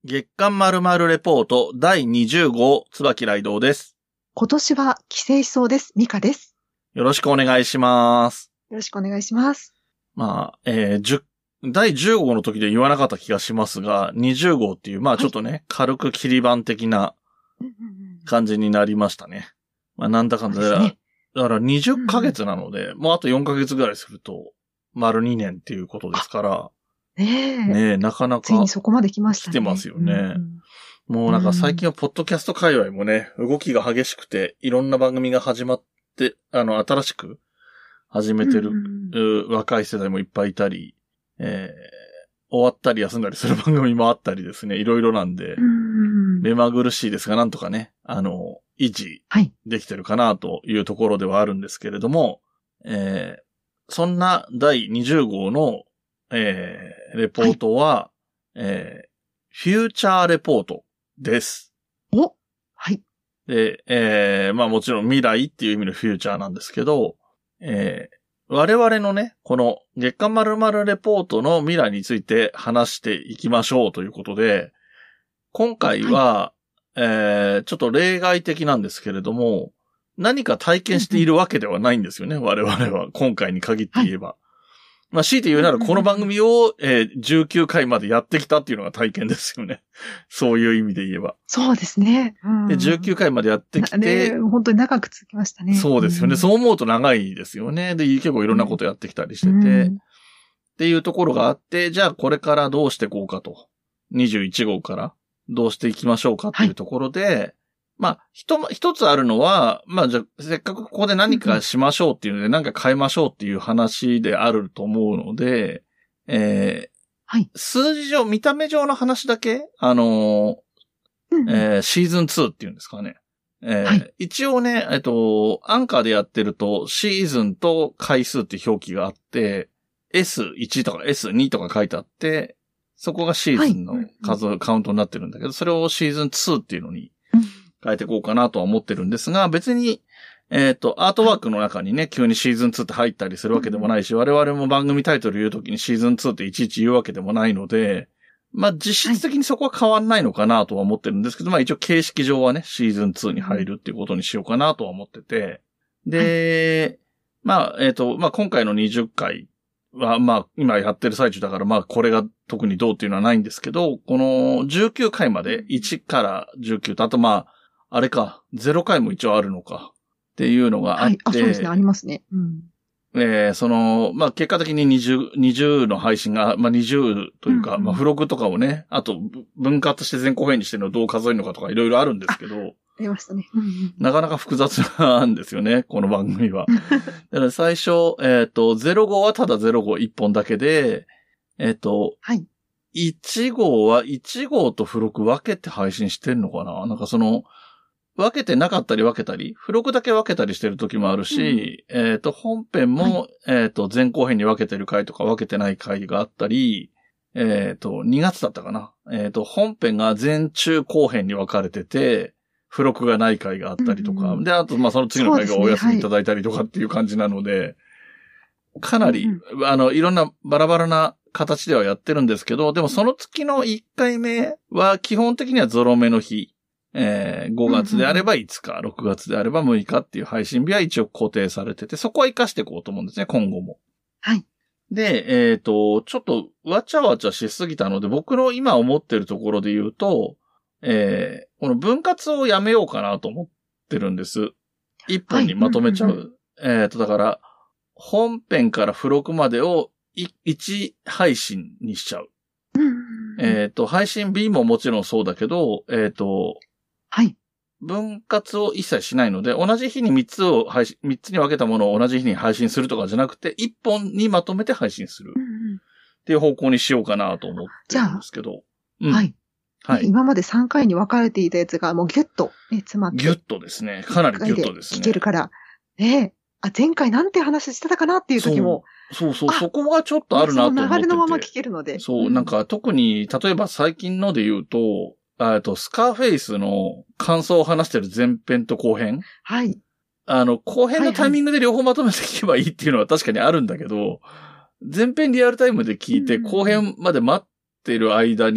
月刊〇〇レポート第20号椿雷道です。 今年は帰省しそうです。ミカです。 よろしくお願いします。 よろしくお願いします。 まあ、第10号の時で言わなかった気がしますが、20号っていう、まあちょっとね、はい、軽く切り板的な感じになりましたね。まあなんだかんだ、ね、だから20ヶ月なので、もうあと4ヶ月ぐらいすると、丸2年っていうことですから、ねえ、なかなか。 ついにそこまで来ましたね。 来てますよね。もうなんか最近はポッドキャスト界隈もね、動きが激しくて、いろんな番組が始まって、新しく始めてる、若い世代もいっぱいいたり、終わったり休んだりする番組もあったりですね、いろいろなんで、目まぐるしいですが、なんとかね、維持できてるかなというところではあるんですけれども、そんな第20号のレポートは、フューチャーレポートです。 お、はい。 で、まあもちろん未来っていう意味のフューチャーなんですけど、我々のね、この月刊〇〇レポートの未来について話していきましょうということで、今回は、ちょっと例外的なんですけれども、何か体験しているわけではないんですよね、我々は。今回に限って言えば。まあ、強いて言うならこの番組を、19回までやってきたっていうのが体験ですよね。そういう意味で言えば。 そうですね。 で、19回までやってきて、 本当に長く続きましたね。 そうですよね。そう思うと長いですよね。で、結構いろんなことやってきたりしてて、っていうところがあって、じゃあこれからどうしていこうかと。21号からどうしていきましょうかっていうところで、まあ、一つあるのは、まあじゃあ、せっかくここで何かしましょうっていうので、何か変えましょうっていう話であると思うので、 はい。 数字上、見た目上の話だけ、シーズン2っていうんですかね。はい、一応ね、アンカーでやってると、シーズンと回数って表記があって、S1 とか S2 とか書いてあって、そこがシーズンのカウントになってるんだけど、それをシーズン2っていうのに、変えていこうかなとは思ってるんですが、別に、アートワークの中にね、急にシーズン2って入ったりするわけでもないし、我々も番組タイトル言うときにシーズン2っていちいち言うわけでもないので、まあ実質的にそこは変わんないのかなとは思ってるんですけど、まあ一応形式上はね、シーズン2に入るっていうことにしようかなとは思ってて、で、まあ、まあ今回の20回は、まあ今やってる最中だから、まあこれが特にどうっていうのはないんですけど、この19回まで1から19と、あとまあ、あれか、0回も一応あるのか。っていうのがあって。 はい、そうですね、ありますね。 まあ、結果的に20の配信が、まあ、20というか、まあ、付録とかをね、あと、分割して前後編にしてるのをどう数えるのかとかいろいろあるんですけど。ありましたね。 なかなか複雑なんですよね、この番組は。だから最初、05はただ05一本だけで、 はい。 1号は1号と付録分けて配信してんのかな？なんか分けてなかったり分けたり、付録だけ分けたりしてる時もあるし、本編も、前後編に分けてる回とか分けてない回があったり、2月だったかな。本編が前中後編に分かれてて、付録がない回があったりとか、で、あと、まあ、その次の回がお休みいただいたりとかっていう感じなので、かなり、いろんなバラバラな形ではやってるんですけど、でもその月の1回目は基本的にはゾロ目の日。5月であれば5日、6月であれば6日っていう配信日は一応固定されてて、そこは活かしていこうと思うんですね、今後も。 はい。 で、ちょっとわちゃわちゃしすぎたので、僕の今思ってるところで言うと、この分割をやめようかなと思ってるんです。一本にまとめちゃう。だから、本編から付録までを1配信にしちゃう。配信 B ももちろんそうだけど、 はい。 分割を一切しないので、同じ日に3つに分けたものを同じ日に配信するとかじゃなくて、1本にまとめて配信する。っていう方向にしようかなと思ってるんですけど。 はい。はい。今まで3回に分かれていたやつがもうギュッと、ね、詰まって。 ギュッとですね。かなりギュッとですね。 聞けるから。前回なんて話してたかなっていう時も。 そう、そこがちょっとあるなと思ってて。 その流れのまま聞けるので。 そう、なんか特に、例えば最近ので言うと、スカーフェイスの感想を話してる前編と後編。 はい。 後編のタイミングで両方まとめて聞けばいいっていうのは確かにあるんだけど、前編リアルタイムで聞いて後編まで待ってる間に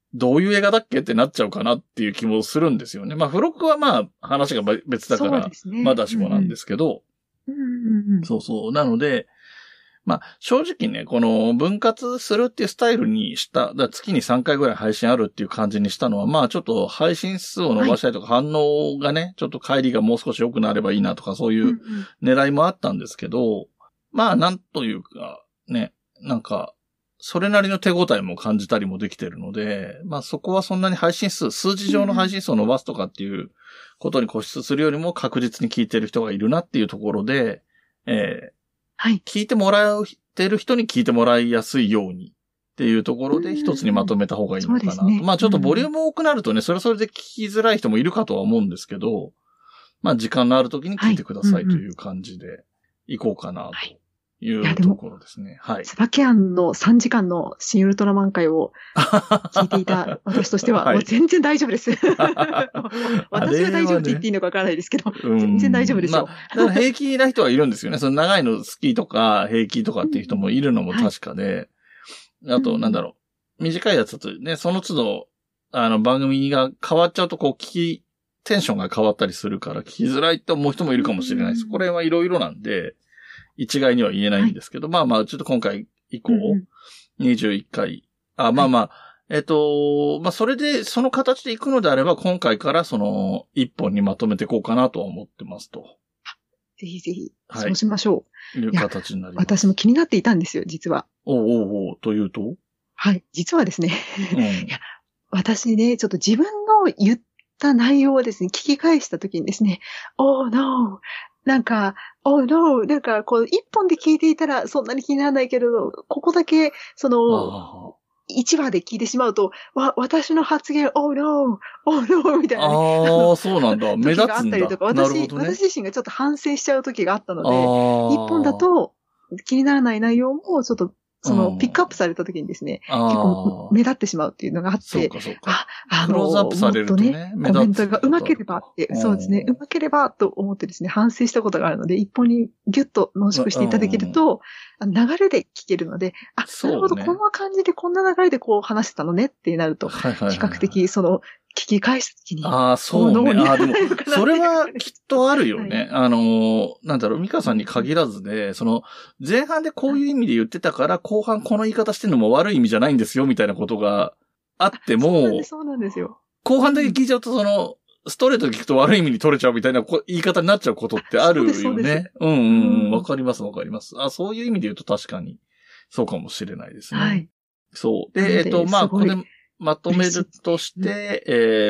どういう映画だっけってなっちゃうかなっていう気もするんですよね。まあ、付録はまあ、話が別だから、まだしもなんですけど、そうそう。なので、まあ、正直ね、この分割するっていうスタイルにした、月に3回ぐらい配信あるっていう感じにしたのは、まあちょっと配信数を伸ばしたりとか、反応がね、ちょっと帰りがもう少し良くなればいいなとか、そういう狙いもあったんですけど、まあなんというか、ね、なんか、それなりの手応えも感じたりもできてるので、まあそこはそんなに配信数、数字上の配信数を伸ばすとかっていうことに固執するよりも確実に聞いてる人がいるなっていうところで、 はい。 聞いてもらってる人に聞いてもらいやすいようにっていうところで一つにまとめた方がいいのかなと。ね、まあちょっとボリューム多くなるとね、それはそれで聞きづらい人もいるかとは思うんですけど、まあ時間のある時に聞いてくださいという感じでいこうかなというところですね。はい。 椿庵の3時間の新ウルトラマン会を聞いていた私としては、もう全然大丈夫です。私は大丈夫って言っていいのかわからないですけど、全然大丈夫ですよ。 まあ、平気な人はいるんですよね。その長いの好きとか平気とかっていう人もいるのも確かで、あと、なんだろう。短いやつだとね、その都度、番組が変わっちゃうとテンションが変わったりするから聞きづらいと思う人もいるかもしれないです。これはいろいろなんで、一概には言えないんですけど、まあまあ、ちょっと今回以降、21回、まあまあ、まあそれで、その形で行くのであれば、今回からその一本にまとめていこうかなとは思ってますと。 ぜひぜひ、そうしましょう。 いう形になります。 私も気になっていたんですよ、実は。 おうというと？ はい、実はですね、いや、私ね、ちょっと自分の言った内容をですね、聞き返したときにですね、Oh no! なんか、Oh no! なんか、こう、一本で聞いていたらそんなに気にならないけれど、ここだけ、1話で聞いてしまうと、私の発言、Oh no! Oh no! みたいな、 ね。そうなんだ。目立つんだ。時があったりとか、 私自身がちょっと反省しちゃう時があったので、一本だと気にならない内容もちょっと、ピックアップされた時にですね、結構目立ってしまうっていうのがあって、 そうか。クローズアップされるとね、 コメントがうまければって、そうですね、うまければと思ってですね、反省したことがあるので、一本にギュッと濃縮していただけると、流れで聞けるので、なるほど、こんな感じでこんな流れでこう話してたのねってなると、比較的聞き返したときに。 そうね。でも、それはきっとあるよね。なんだろう、ミカさんに限らずで、前半でこういう意味で言ってたから、後半この言い方してるのも悪い意味じゃないんですよ、みたいなことがあっても、 そうなんですよ。 後半だけ聞いちゃうと、ストレートで聞くと悪い意味に取れちゃうみたいな言い方になっちゃうことってあるよね。わかります。そういう意味で言うと確かに、そうかもしれないですね。はい。そう。で、まあ、これ、まとめるとして、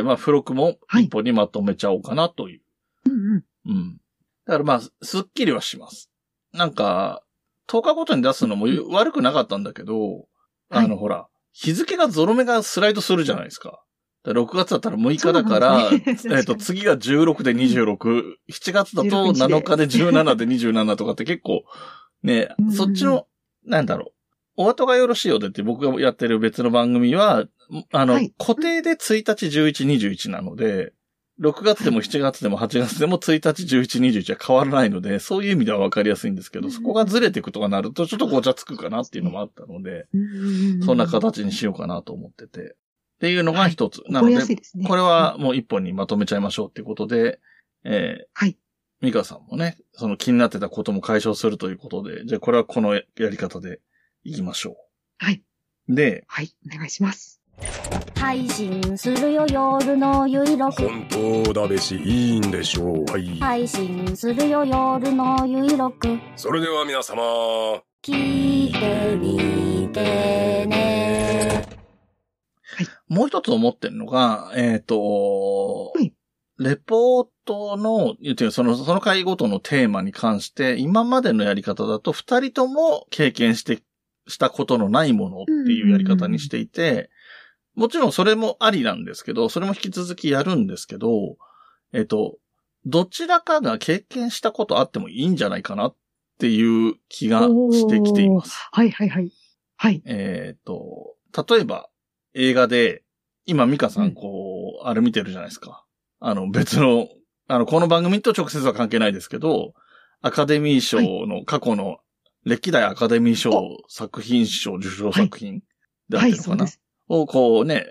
まあ、付録も一本にまとめちゃおうかなという。だからまあ、すっきりはします。なんか、10日ごとに出すのも悪くなかったんだけど、ほら、日付がゾロ目がスライドするじゃないですか。6月だったら6日だから、次が16で26、7月だと7日で17で27とかって結構、ね、そっちの、なんだろう。お後がよろしいようでって僕がやってる別の番組は、固定で1日、11、21なので、6月でも7月でも8月でも1日、11、21は変わらないので、そういう意味では分かりやすいんですけど、そこがずれていくとかなるとちょっとごちゃつくかなっていうのもあったので、そんな形にしようかなと思ってて。っていうのが一つ。なので、これはもう一本にまとめちゃいましょうっていうことで、ミカさんもね、気になってたことも解消するということで、じゃあこれはこのやり方でいきましょう。 はい。 で、 はい、お願いします。 配信するよ夜のゆいろく。 本当だべしいいんでしょう。はい。 配信するよ夜のゆいろく。 それでは皆様、 聞いてみてね。 はい。もう一つ思ってるのが、レポートの、その回ごとのテーマに関して、今までのやり方だと二人とも経験したことのないものっていうやり方にしていて、もちろんそれもありなんですけど、それも引き続きやるんですけど、どちらかが経験したことあってもいいんじゃないかなっていう気がしてきています。 はい。はい。 例えば、映画で、今ミカさんあれ見てるじゃないですか。別の、この番組と直接は関係ないですけど、アカデミー賞の過去の歴代アカデミー賞作品賞受賞作品であってるのかな、を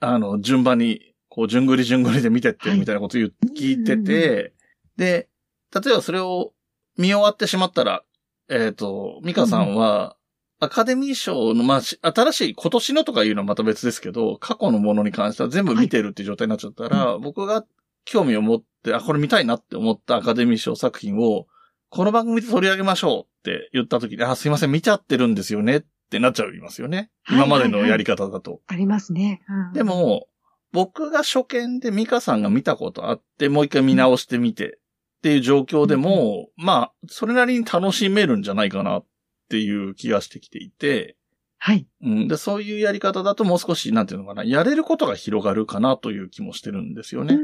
順番に、こう、順繰りで見てって、みたいなこと聞いてて、で、例えばそれを見終わってしまったら、ミカさんは、アカデミー賞の、まあ、新しい今年のとかいうのはまた別ですけど、過去のものに関しては全部見てるっていう状態になっちゃったら、僕が興味を持って、これ見たいなって思ったアカデミー賞作品を、この番組で取り上げましょうって言った時に、すいません、見ちゃってるんですよねってなっちゃいますよね。今までのやり方だと。 ありますね。 でも、僕が初見でミカさんが見たことあって、もう一回見直してみてっていう状況でも、まあ、それなりに楽しめるんじゃないかなっていう気がしてきていて、 はい。 で、そういうやり方だともう少し、なんていうのかな、やれることが広がるかなという気もしてるんですよね。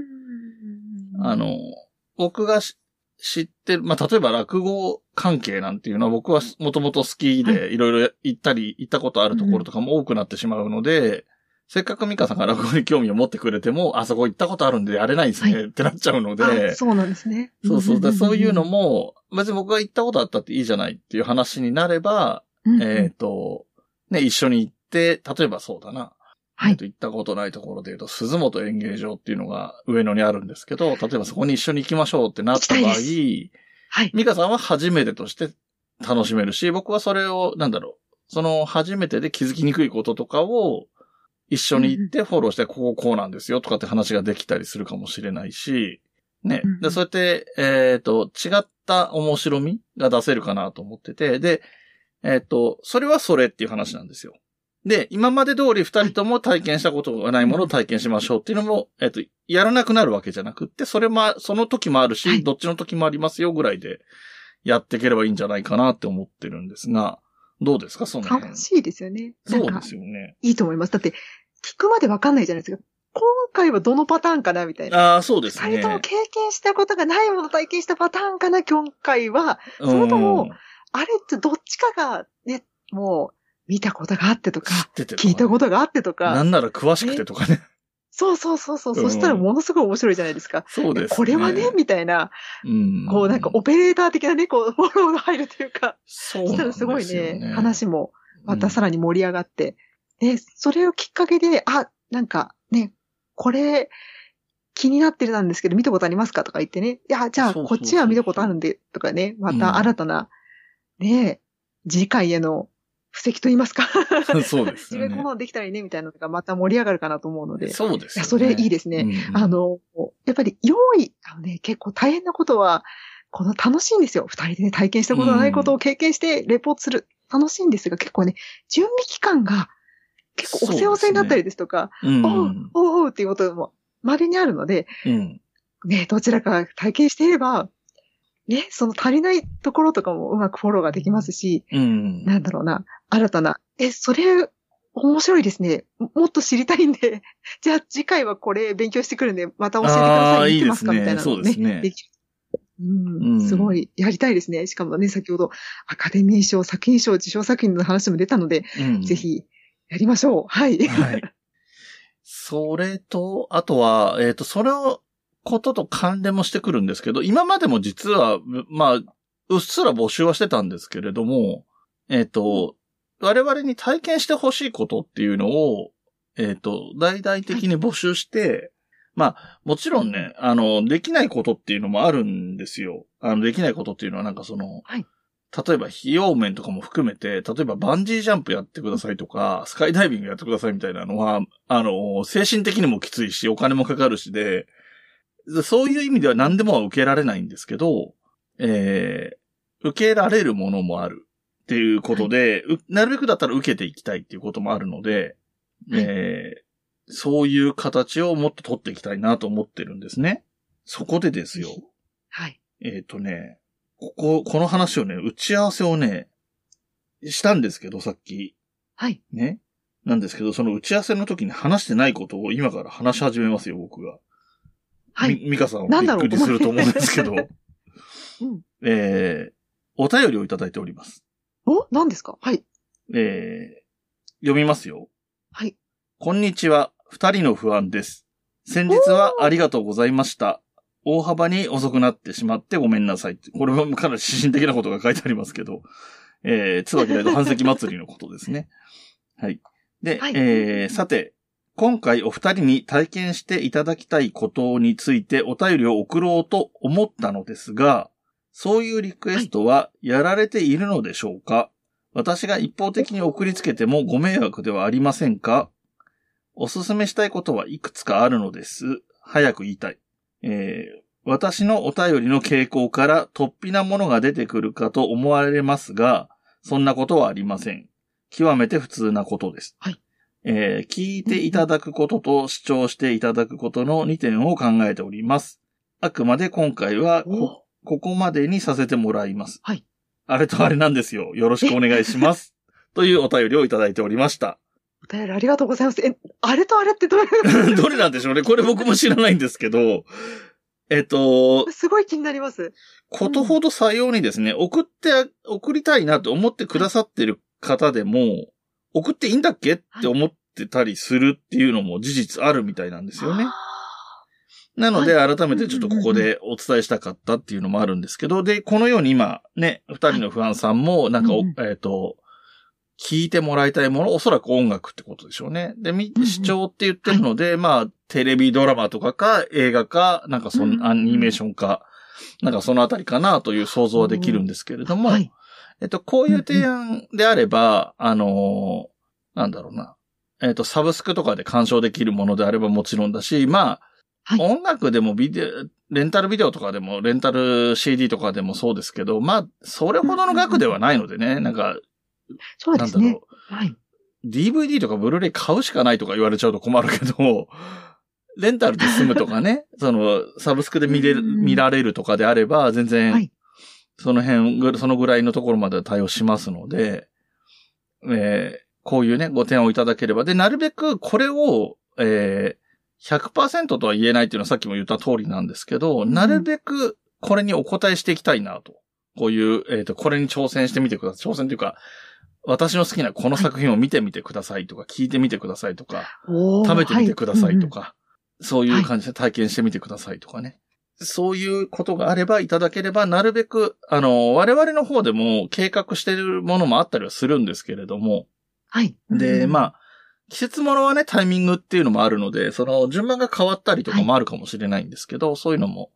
僕が知ってる、まあ、例えば落語関係なんていうのは僕はもともと好きで、いろいろ行ったことあるところとかも多くなってしまうので、せっかくミカさんが落語に興味を持ってくれても、あそこ行ったことあるんでやれないんですね、ってなっちゃうので。 そうなんですね。 そう。そういうのも、別に僕が行ったことあったっていいじゃないっていう話になれば、ね、一緒に行って、例えばそうだな。行ったことないところで言うと、鈴本演芸場っていうのが上野にあるんですけど、例えばそこに一緒に行きましょうってなった場合、ミカさんは初めてとして楽しめるし、僕はそれを、その初めてで気づきにくいこととかを一緒に行ってフォローして、こうなんですよとかって話ができたりするかもしれないし、ね。で、そうやって、違った面白みが出せるかなと思ってて、で、それはそれっていう話なんですよ。で、今まで通り二人とも体験したことがないものを体験しましょうっていうのも、やらなくなるわけじゃなくって、その時もあるし、どっちの時もありますよぐらいでやっていければいいんじゃないかなって思ってるんですが、どうですかその辺。 楽しいですよね。 そうですよね。 いいと思います。だって、聞くまでわかんないじゃないですか。今回はどのパターンかなみたいな。 そうですね。 二人とも経験したことがないものを体験したパターンかな今回は。それとも、あれってどっちかがね、もう、見たことがあってとか、聞いたことがあってとか。 なんなら詳しくてとかね。 そう。そしたらものすごい面白いじゃないですか。 そうですね。 これはね、みたいな。こうなんかオペレーター的なね、こう、フォローが入るというか。 そしたらすごいね、話もまたさらに盛り上がって。で、それをきっかけで、なんかね、これ、気になってるなんですけど、見たことありますかとか言ってね。いや、じゃあ、こっちは見たことあるんで、とかね、また新たな、ね、次回への布石と言いますか。 そうですね。 自分のものできたらいいね、みたいなのがまた盛り上がるかなと思うので。 そうですね。 それいいですね。やっぱり用意、結構大変なことは、この楽しいんですよ。二人でね、体験したことのないことを経験してレポートする。楽しいんですが、結構ね、準備期間が結構おせおせになったりですとか、おうっていうことも稀にあるので、ね、どちらか体験していれば、ね、その足りないところとかもうまくフォローができますし、なんだろうな、新たな、それ、面白いですね。もっと知りたいんで、じゃあ次回はこれ勉強してくるんで、また教えてください。見てますかみたいなのね。そうですね。すごいやりたいですね。しかもね、先ほどアカデミー賞、作品賞、受賞作品の話も出たので、ぜひやりましょう。はい。 それと、あとは、それを、ことと関連もしてくるんですけど、今までも実は、まあ、うっすら募集はしてたんですけれども、我々に体験してほしいことっていうのを、大々的に募集して、まあ、もちろんね、できないことっていうのもあるんですよ。できないことっていうのはなんか例えば費用面とかも含めて、例えばバンジージャンプやってくださいとか、スカイダイビングやってくださいみたいなのは、精神的にもきついし、お金もかかるしで、そういう意味では何でもは受けられないんですけど、受けられるものもあるっていうことで、なるべくだったら受けていきたいっていうこともあるので、そういう形をもっと取っていきたいなと思ってるんですね。そこでですよ。 はい。 この話をね、打ち合わせをね、したんですけど、さっき。 はい。 ね。なんですけど、その打ち合わせの時に話してないことを今から話し始めますよ、僕が。 はい。 ミカさんはびっくりすると思うんですけど。お便りをいただいております。 何ですか？はい。 読みますよ。 はい。 こんにちは。二人の不安です。先日はありがとうございました。大幅に遅くなってしまってごめんなさい。これはかなり指針的なことが書いてありますけど、椿大の半世紀祭りのことですね。はい。で、さて、 今回お二人に体験していただきたいことについてお便りを送ろうと思ったのですが、そういうリクエストはやられているのでしょうか？私が一方的に送りつけてもご迷惑ではありませんか？おすすめしたいことはいくつかあるのです。早く言いたい。私のお便りの傾向から突飛なものが出てくるかと思われますが、そんなことはありません。極めて普通なことです。 はい。 聞いていただくことと主張していただくことの2点を考えております。あくまで今回はここまでにさせてもらいます。 はい。 あれとあれなんですよ。よろしくお願いします。というお便りをいただいておりました。 お便りありがとうございます。あれとあれってどれどれなんでしょうね。これ僕も知らないんですけど、 すごい気になります。 ことほどさようにですね、送りたいなと思ってくださってる方でも、送っていいんだっけって思ってたりするっていうのも事実あるみたいなんですよね。なので、改めてちょっとここでお伝えしたかったっていうのもあるんですけど、で、このように今、ね、二人の不安さんも、なんか、聞いてもらいたいもの、おそらく音楽ってことでしょうね。で、視聴って言ってるので、まあ、テレビドラマとか映画か、なんかアニメーションか、なんかそのあたりかなという想像はできるんですけれども、はい、こういう提案であれば、なんだろうな。サブスクとかで鑑賞できるものであればもちろんだし、まあ、はい、音楽でもレンタルビデオとかでも、レンタル CD とかでもそうですけど、まあ、それほどの額ではないのでね、なんか、 そうですね。なんだろう。はい。 DVD とかブルーレイ買うしかないとか言われちゃうと困るけど、レンタルで済むとかね、サブスクで見られるとかであれば、全然、はい、そのぐらいのところまで対応しますので、こういうね、ご提案をいただければ。で、なるべくこれを、100% とは言えないっていうのはさっきも言った通りなんですけど、なるべくこれにお答えしていきたいなと。こういう、これに挑戦してみてください。挑戦というか、私の好きなこの作品を見てみてくださいとか、聞いてみてくださいとか、食べてみてくださいとか、そういう感じで体験してみてくださいとかね。そういうことがあればいただければ、なるべく、我々の方でも計画しているものもあったりはするんですけれども。 はい。 で、まあ、季節物はね、タイミングっていうのもあるので、順番が変わったりとかもあるかもしれないんですけど、そういうのも、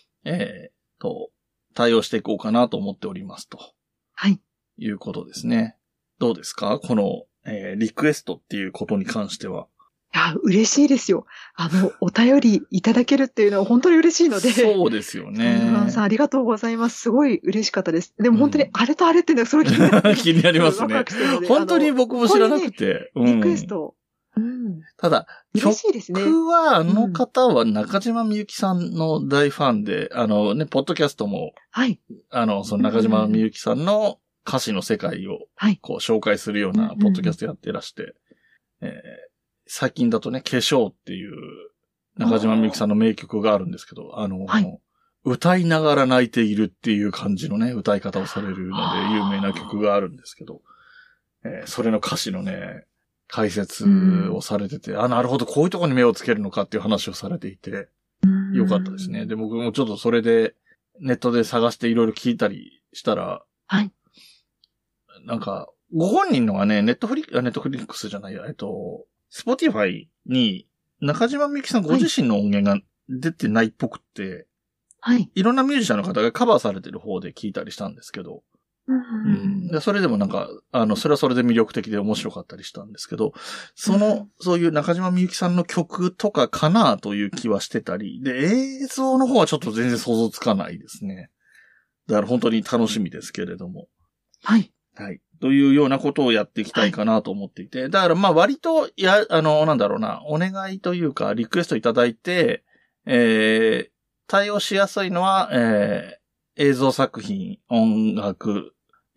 対応していこうかなと思っておりますと。 はい。 いうことですね。どうですか？この、リクエストっていうことに関しては。 いや、嬉しいですよ。お便りいただけるっていうのは本当に嬉しいので。 そうですよね。 さんありがとうございます。すごい嬉しかったです。でも本当にあれとあれっていうのはすごい気になる。 気になりますね。本当に僕も知らなくて。 リクエスト。 ただ、 嬉しいですね。 曲は、方は中島みゆきさんの大ファンで、ね、ポッドキャストも、 はい。 その中島みゆきさんの歌詞の世界を、こう、紹介するようなポッドキャストやってらして、最近だとね、化粧っていう中島みゆきさんの名曲があるんですけど、歌いながら泣いているっていう感じのね、歌い方をされるので有名な曲があるんですけど、それの歌詞のね、解説をされてて、なるほど、こういうところに目をつけるのかっていう話をされていて、よかったですね。で、僕もちょっとそれで、ネットで探していろいろ聞いたりしたら、 はい。 なんか、ご本人のがね、ネットフリックスじゃないや、Spotify に中島みゆきさんご自身の音源が出てないっぽくって、 はい。 いろんなミュージシャンの方がカバーされてる方で聞いたりしたんですけど、でそれでもなんか、それはそれで魅力的で面白かったりしたんですけど、そういう中島みゆきさんの曲とかかなという気はしてたり、で、映像の方はちょっと全然想像つかないですね。だから本当に楽しみですけれども。 はい。 はい。というようなことをやっていきたいかなと思っていて、だからまあ割と、なんだろうな、お願いというか、リクエストいただいて、対応しやすいのは、映像作品、音楽、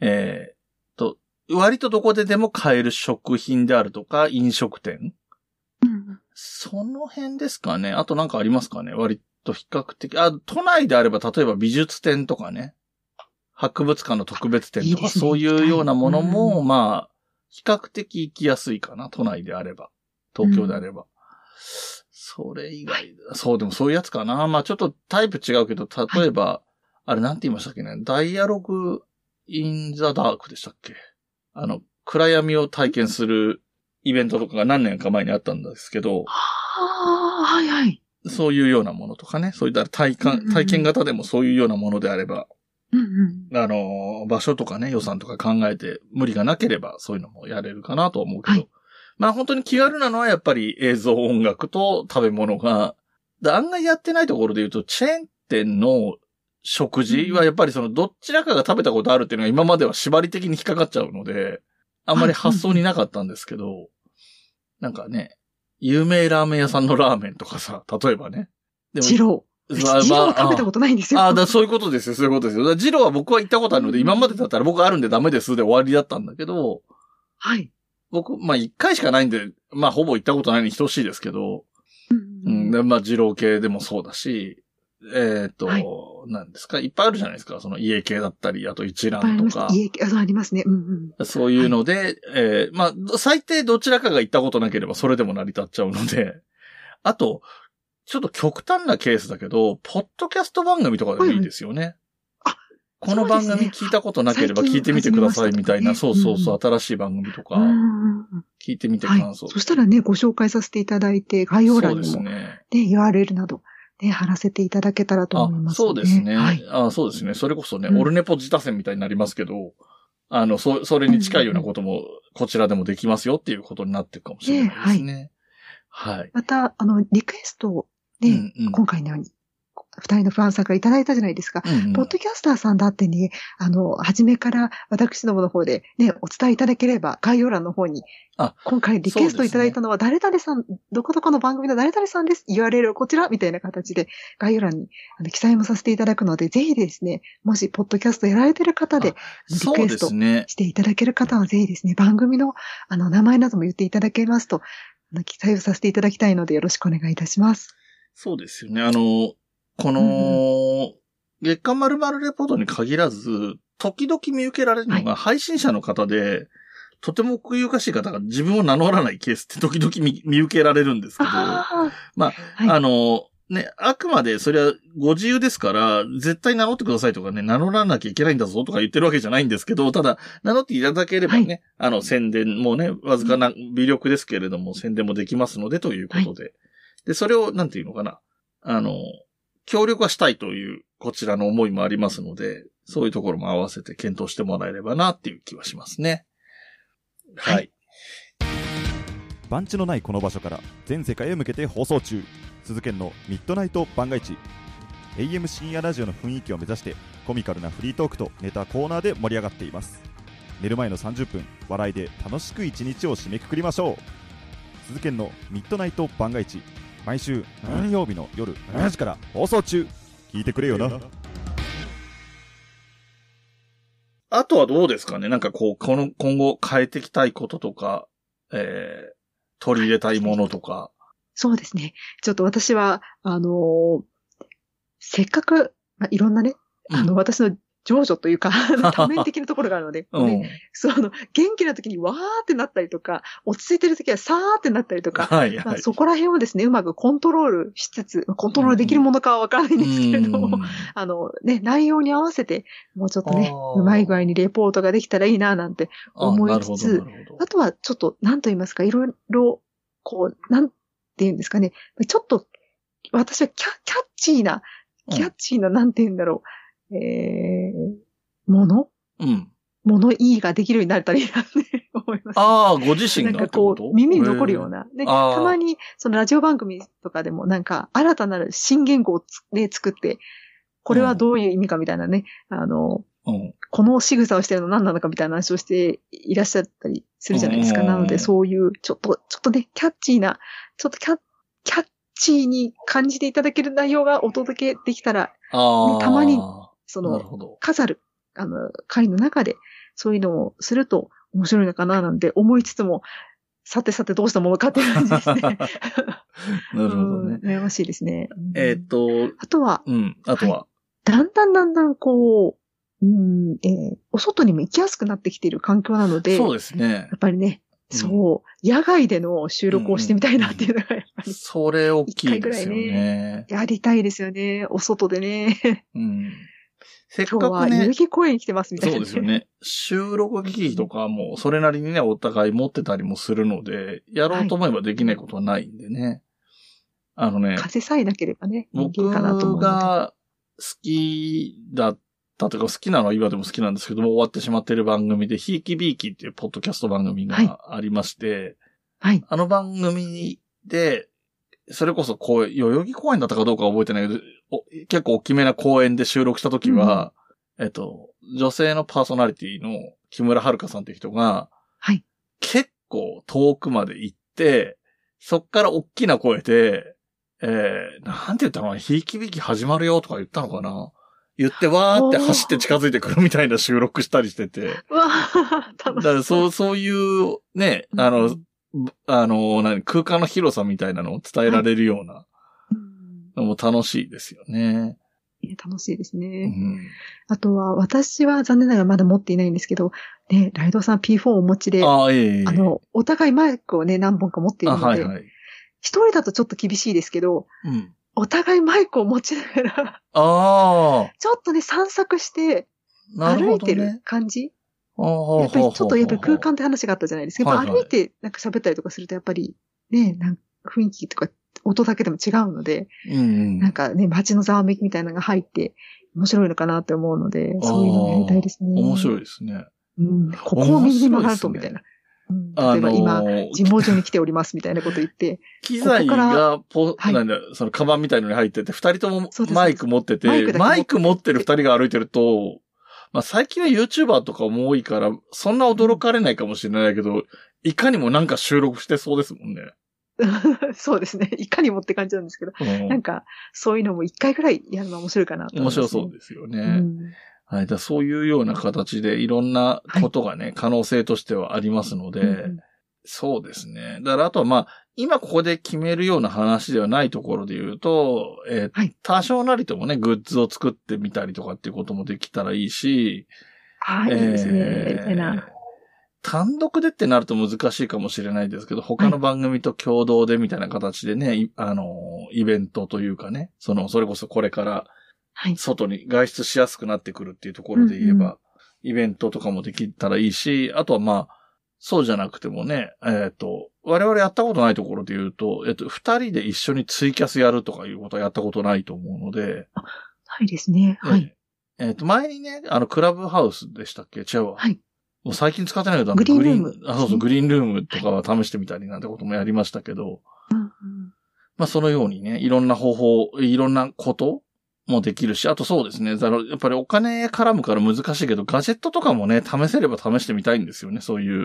割とどこででも買える食品であるとか、飲食店。その辺ですかね。あとなんかありますかね。割と比較的。都内であれば、例えば美術展とかね。博物館の特別展とか、そういうようなものも、まあ、比較的行きやすいかな。都内であれば。東京であれば。それ以外、そう、でもそういうやつかな。まあちょっとタイプ違うけど、例えば、あれなんて言いましたっけね。ダイアログインザダークでしたっけ？暗闇を体験するイベントとかが何年か前にあったんですけど、 はいはい。 そういうようなものとかね、そういった体験型でもそういうようなものであれば、場所とかね、予算とか考えて無理がなければそういうのもやれるかなと思うけど、はい、まあ本当に気軽なのはやっぱり映像音楽と食べ物が、案外やってないところで言うと、チェーン店の食事はやっぱりそのどちらかが食べたことあるっていうのが今までは縛り的に引っかかっちゃうので、あんまり発想になかったんですけど、なんかね、有名ラーメン屋さんのラーメンとかさ、例えばね。 ジロー。ジロー食べたことないんですよ。 そういうことですよ、そういうことですよ。ジローは僕は行ったことあるので、今までだったら僕あるんでダメですで終わりだったんだけど、 はい。 僕、まあ一回しかないんで、まあほぼ行ったことないに等しいですけど、まあジロー系でもそうだし、はい、何ですか、いっぱいあるじゃないですか。その家系だったり、あと一覧とか。 家系、ありますね。 そういうので、はい、まあ、最低どちらかが行ったことなければそれでも成り立っちゃうので、あと、ちょっと極端なケースだけど、ポッドキャスト番組とかでもいいですよね。この番組聞いたことなければ聞いてみてくださいみたいな、そう、新しい番組とか、聞いてみて感想。 そしたらね、ご紹介させていただいて、概要欄にもね、URL など、ね、貼らせていただけたらと思います、ね。 そうですね。はい、そうですね。それこそね、オルネポ自他戦みたいになりますけど、それに近いようなことも、こちらでもできますよっていうことになってるかもしれないですね。はい。 また、リクエストをね、今回のように、二人のファンさんからいただいたじゃないですか。ポッドキャスターさんだってね、初めから私どもの方でね、お伝えいただければ、概要欄の方に、今回リクエストいただいたのは誰々さん、どこどこの番組の誰々さんです。URL をこちら、みたいな形で、概要欄に記載もさせていただくので、ぜひですね、もし、ポッドキャストやられてる方で、リクエストしていただける方は、ぜひですね、番組の、名前なども言っていただけますと、記載をさせていただきたいので、よろしくお願いいたします。 そうですよね。この、月刊〇〇レポートに限らず、時々見受けられるのが、配信者の方で、とても奥ゆかしい方が自分を名乗らないケースって時々見受けられるんですけど、まあ、ね、あくまでそれはご自由ですから、絶対名乗ってくださいとかね、名乗らなきゃいけないんだぞとか言ってるわけじゃないんですけど、ただ、名乗っていただければね、宣伝もね、わずかな微力ですけれども、宣伝もできますのでということで。で、それを、なんていうのかな、協力はしたいという、こちらの思いもありますので、そういうところも合わせて検討してもらえればなっていう気はしますね。はい。 番地のないこの場所から全世界へ向けて放送中。鈴研のミッドナイト番外地。AM 深夜ラジオの雰囲気を目指してコミカルなフリートークとネタコーナーで盛り上がっています。寝る前の30分、笑いで楽しく一日を締めくくりましょう。鈴研のミッドナイト番外地。毎週何曜日の夜7時から放送中。聞いてくれよな。 あとはどうですかね、なんかこう、今後変えていきたいこととか、取り入れたいものとか。 そうですね。ちょっと私は、せっかく、いろんなね、私の情緒というか、多面的なところがあるので、元気な時にわーってなったりとか、落ち着いてる時はさーってなったりとか、そこら辺をですね、うまくコントロールしつつ、コントロールできるものかはわからないんですけれども、内容に合わせて、もうちょっとね、うまい具合にレポートができたらいいな、なんて思いつつ、あとはちょっと、なんと言いますか、いろいろ、こう、なんて言うんですかね、ちょっと、私はキャッチーな、なんて言うんだろう、物いいができるようになれたらいいなって思います。 ご自身がなんかこう、耳に残るような。で、たまに、そのラジオ番組とかでもなんか、新たなる新言語を作って、これはどういう意味かみたいなね、この仕草をしてるの何なのかみたいな話をしていらっしゃったりするじゃないですか。なので、そういう、ちょっとね、キャッチーに感じていただける内容がお届けできたら、たまに、飾る、会の中で、そういうのをすると面白いのかななんて思いつつも、さてどうしたものかっていう感じですね。なるほどね。 悩ましいですね。 あとは、だんだんこう、お外にも行きやすくなってきている環境なので、 そうですね。 やっぱりね、野外での収録をしてみたいなっていうのがやっぱり。 それ大きいですよね。 やりたいですよね。お外でね。 せっかくね。 今日は代々木公園に来てますみたいな。 そうですよね。収録機器とかもそれなりにね、お互い持ってたりもするので、やろうと思えばできないことはないんでね。 風さえなければね、 僕が好きだったというか、好きなのは今でも好きなんですけども、終わってしまっている番組で、ひいきびいきっていうポッドキャスト番組がありまして、 はい。 あの番組で、それこそ代々木公園だったかどうかは覚えてないけど、結構大きめな公園で収録したときは、女性のパーソナリティの木村遥さんっていう人が、 はい。 結構遠くまで行って、そっから大きな声で、なんて言ったのかな、ひいきびき始まるよとか言ったのかな、言ってわーって走って近づいてくるみたいな収録したりしてて。 わー、楽しだからそういうね、空間の広さみたいなのを伝えられるようなのも楽しいですよね。 楽しいですね。 うん、 あとは、私は残念ながらまだ持っていないんですけど、ね、ライドさん P4 をお持ちで、お互いマイクをね、何本か持っているので、一人だとちょっと厳しいですけど、お互いマイクを持ちながら、ちょっとね、散策して、歩いてる感じ、やっぱりちょっと空間って話があったじゃないですか。やっぱ歩いてなんか喋ったりとかするとやっぱりね、なんか雰囲気とか音だけでも違うので、なんかね、街のざわめきみたいなのが入って面白いのかなって思うので、そういうのやりたいですね。 面白いですね。 ここを右に曲がるとみたいな。例えば今、神保町に来ておりますみたいなこと言って。 機材がそのカバンみたいのに入ってて、二人ともマイク持ってて、マイク持ってる二人が歩いてると、まあ最近は YouTuber とかも多いから、そんな驚かれないかもしれないけど、いかにもなんか収録してそうですもんね。 そうですね。いかにもって感じなんですけど、なんか、そういうのも一回くらいやるの面白いかなと思います、ね。面白そうですよね。はい。だそういうような形でいろんなことがね、可能性としてはありますので、そうですね。だからあとはまあ、今ここで決めるような話ではないところで言うと、多少なりともね、グッズを作ってみたりとかっていうこともできたらいいし、 いいですね。やりたいな。 単独でってなると難しいかもしれないですけど、他の番組と共同でみたいな形でね、イベントというかね、それこそこれから外に外出しやすくなってくるっていうところで言えば、イベントとかもできたらいいし、あとはまあ、そうじゃなくてもね、我々やったことないところで言うと、二人で一緒にツイキャスやるとかいうことはやったことないと思うので。 ないですね。はい。 前にね、クラブハウスでしたっけ？違うわ。 はい。 もう最近使ってないけど、 グリーンルーム。 そうそう、グリーンルームとかは試してみたりなんてこともやりましたけど、まあそのようにね、いろんな方法、いろんなこともできるし、あとそうですね、やっぱりお金絡むから難しいけど、ガジェットとかもね、試せれば試してみたいんですよね、そういう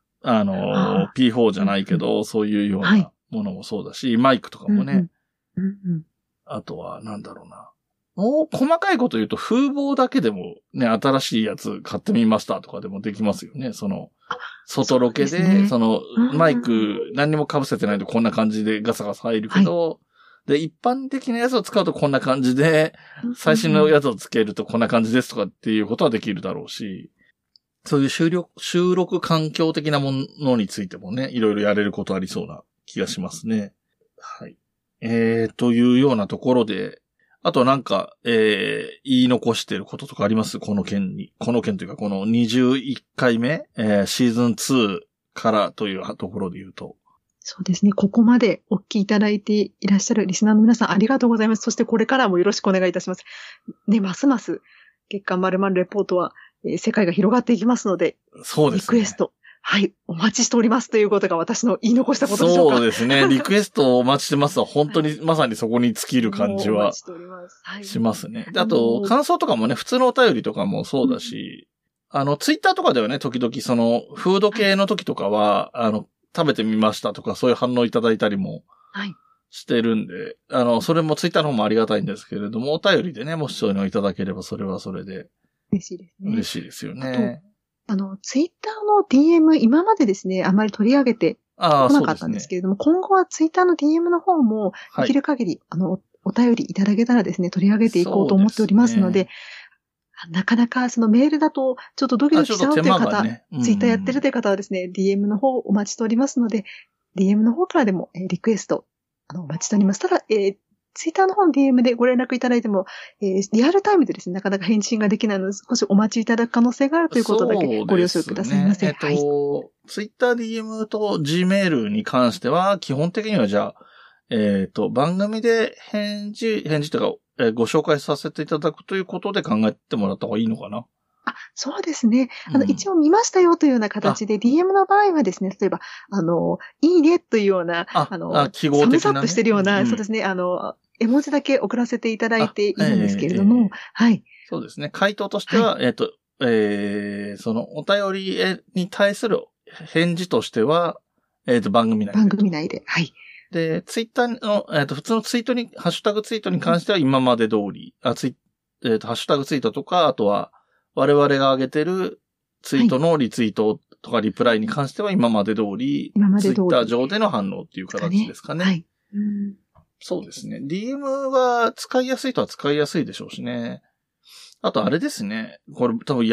、P4 じゃないけど、そういうようなものもそうだし、マイクとかもね、あとはなんだろうな。もう細かいこと言うと風貌だけでもね、新しいやつ買ってみましたとかでもできますよね。外ロケで、マイク何にも被せてないとこんな感じでガサガサ入るけど、で、一般的なやつを使うとこんな感じで、最新のやつをつけるとこんな感じですとかっていうことはできるだろうし、そういう収録環境的なものについてもね、いろいろやれることありそうな気がしますね。はい。というようなところで、あとなんか、言い残してることとかあります？この件というか、この21回目、シーズン2からというところで言うと。 そうですね。ここまでお聞きいただいていらっしゃるリスナーの皆さんありがとうございます。そしてこれからもよろしくお願いいたします。ね、ますます月刊〇〇レポートは、世界が広がっていきますので、 そうですね。 リクエスト。はい、お待ちしておりますということが私の言い残したことでしょうか。 そうですね。リクエストをお待ちしてますは、本当にまさにそこに尽きる感じはしますね。であと、感想とかもね、普通のお便りとかもそうだし、ツイッターとかではね、時々フード系の時とかは、食べてみましたとか、そういう反応いただいたりもしてるんで、それもツイッターの方もありがたいんですけれども、お便りでね、もしそういうのをいただければ、それはそれで。 嬉しいですね。 嬉しいですよね。 ツイッターの DM、今までですね、あまり取り上げてこなかったんですけれども、今後はツイッターの DM の方も、できる限り、お便りいただけたらですね、取り上げていこうと思っておりますので、なかなかメールだと、ちょっとドキドキしちゃうという方、ツイッターやってるという方はですね、DM の方をお待ちしておりますので、DM の方からでも、リクエスト、お待ちしております。ただ、 ツイッターの方の DM でご連絡いただいても、リアルタイムでですね、なかなか返信ができないので、少しお待ちいただく可能性があるということだけご了承くださいませ。はい。 ツイッター DM と Gmail に関しては、基本的にはじゃあ、番組で返事というか、ご紹介させていただくということで考えてもらった方がいいのかな？ そうですね。一応見ましたよというような形で、DM の場合はですね、例えば、いいねというような、 記号的な、ね、 サムズアップしてるような、そうですね、絵文字だけ送らせていただいているんですけれども、はい。 そうですね。回答としては、はい、そのお便りに対する返事としては、番組内で。はい。 で、ツイッターの、普通のツイートに、ハッシュタグツイートに関しては今まで通り、ハッシュタグツイートとか、あとは、我々が上げてるツイートのリツイートとかリプライに関しては今まで通り、ツイッター上での反応っていう形ですかね。はい。そうですね。DM は使いやすいとは使いやすいでしょうしね。あとあれですね。これ多分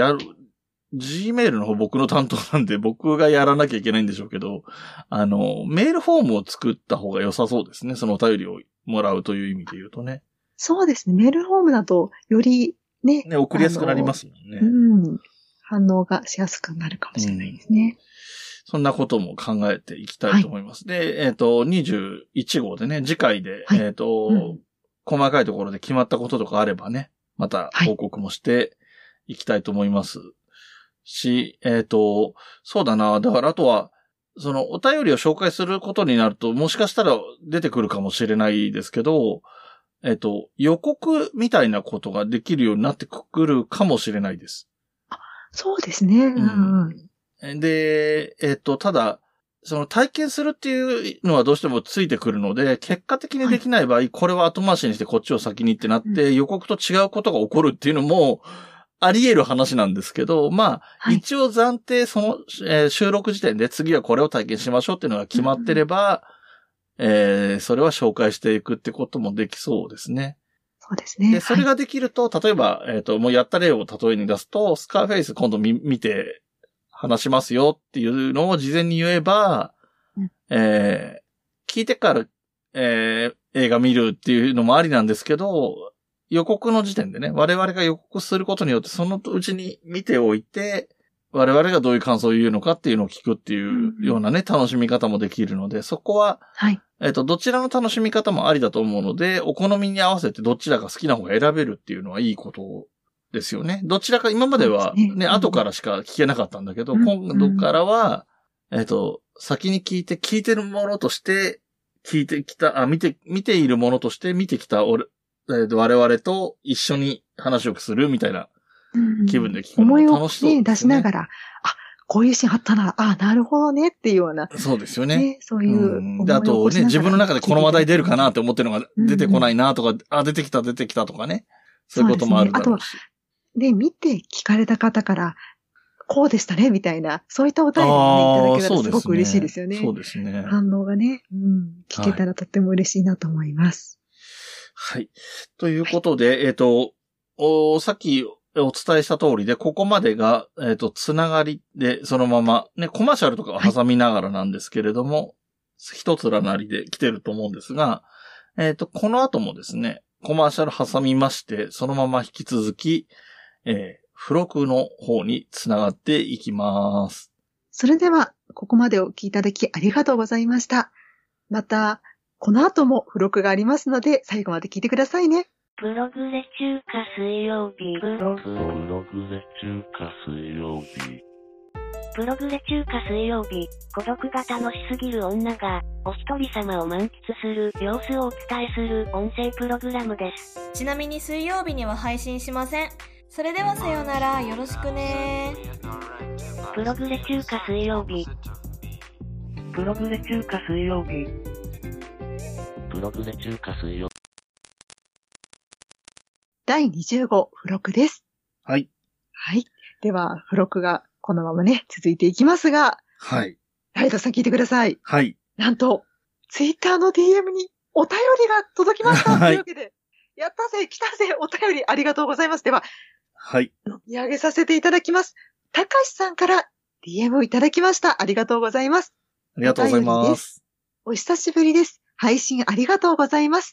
Gmail の方僕の担当なんで僕がやらなきゃいけないんでしょうけど、メールフォームを作った方が良さそうですね。そのお便りをもらうという意味で言うとね。 そうですね。メールフォームだとよりね、 送りやすくなりますもんね。 反応がしやすくなるかもしれないですね。 そんなことも考えていきたいと思います。はい、で、21号でね、次回で、はい、細かいところで決まったこととかあればね、また報告もしていきたいと思います。し、そうだな、だからあとは、そのお便りを紹介することになると、もしかしたら出てくるかもしれないですけど、予告みたいなことができるようになってくるかもしれないです。 そうですね。 で、ただ、その体験するっていうのはどうしてもついてくるので、結果的にできない場合、これは後回しにしてこっちを先にってなって、予告と違うことが起こるっていうのも、あり得る話なんですけど、まあ、一応暫定その、収録時点で次はこれを体験しましょうっていうのが決まってれば、それは紹介していくってこともできそうですね。 そうですね。 で、それができると、例えば、もうやった例を例えに出すと、スカーフェイス今度見て話しますよっていうのを事前に言えば、聞いてから、映画見るっていうのもありなんですけど、予告の時点でね、我々が予告することによってそのうちに見ておいて、我々がどういう感想を言うのかっていうのを聞くっていうようなね、楽しみ方もできるので、そこは、はい。どちらの楽しみ方もありだと思うので、お好みに合わせてどちらが好きな方が選べるっていうのはいいことですよね。どちらか今まではね、後からしか聞けなかったんだけど、今度からは、先に聞いてるものとして、見ているものとして見てきた我々と一緒に話をするみたいな気分で聞くのも楽しそうですね。思いを出しながら、こういうシーンあったな、なるほどねっていうような。 そうですよね。 そういう。 で、あとね、自分の中でこの話題出るかなって思ってるのが出てこないなとか、出てきたとかね。そういうこともあるだろうし。 あとは、で、見て聞かれた方から、こうでしたね、みたいな、そういったお便りをね、いただけたらすごく嬉しいですよね。 そうですね。 反応がね、聞けたらとっても嬉しいなと思います。 はい。ということで、さっきお伝えした通りで、ここまでが、つながりで、そのまま、ね、コマーシャルとかを挟みながらなんですけれども、一つらなりで来てると思うんですが、この後もですね、コマーシャル挟みまして、そのまま引き続き、付録の方につながっていきます。 それでは、ここまでお聞きいただきありがとうございました。また、この後も付録がありますので、最後まで聞いてくださいね。 プログレ中華水曜日。プログレ中華水曜日。プログレ中華水曜日。孤独が楽しすぎる女が、お一人様を満喫する様子をお伝えする音声プログラムです。 ちなみに水曜日には配信しません。それではさようなら、よろしくね。 プログレ中華水曜日。プログレ中華水曜日。プログレ中華水曜日。 第20号付録です。 はい。 はい。では、付録がこのままね、続いていきますが。 はい。 ライトさん聞いてください。 はい。 なんと、ツイッターの DM にお便りが届きました。はい。というわけで、やったぜ、来たぜ、お便りありがとうございます。では、 はい。 読み上げさせていただきます。たかしさんから DM をいただきました。ありがとうございます。 ありがとうございます。 お久しぶりです。配信ありがとうございます。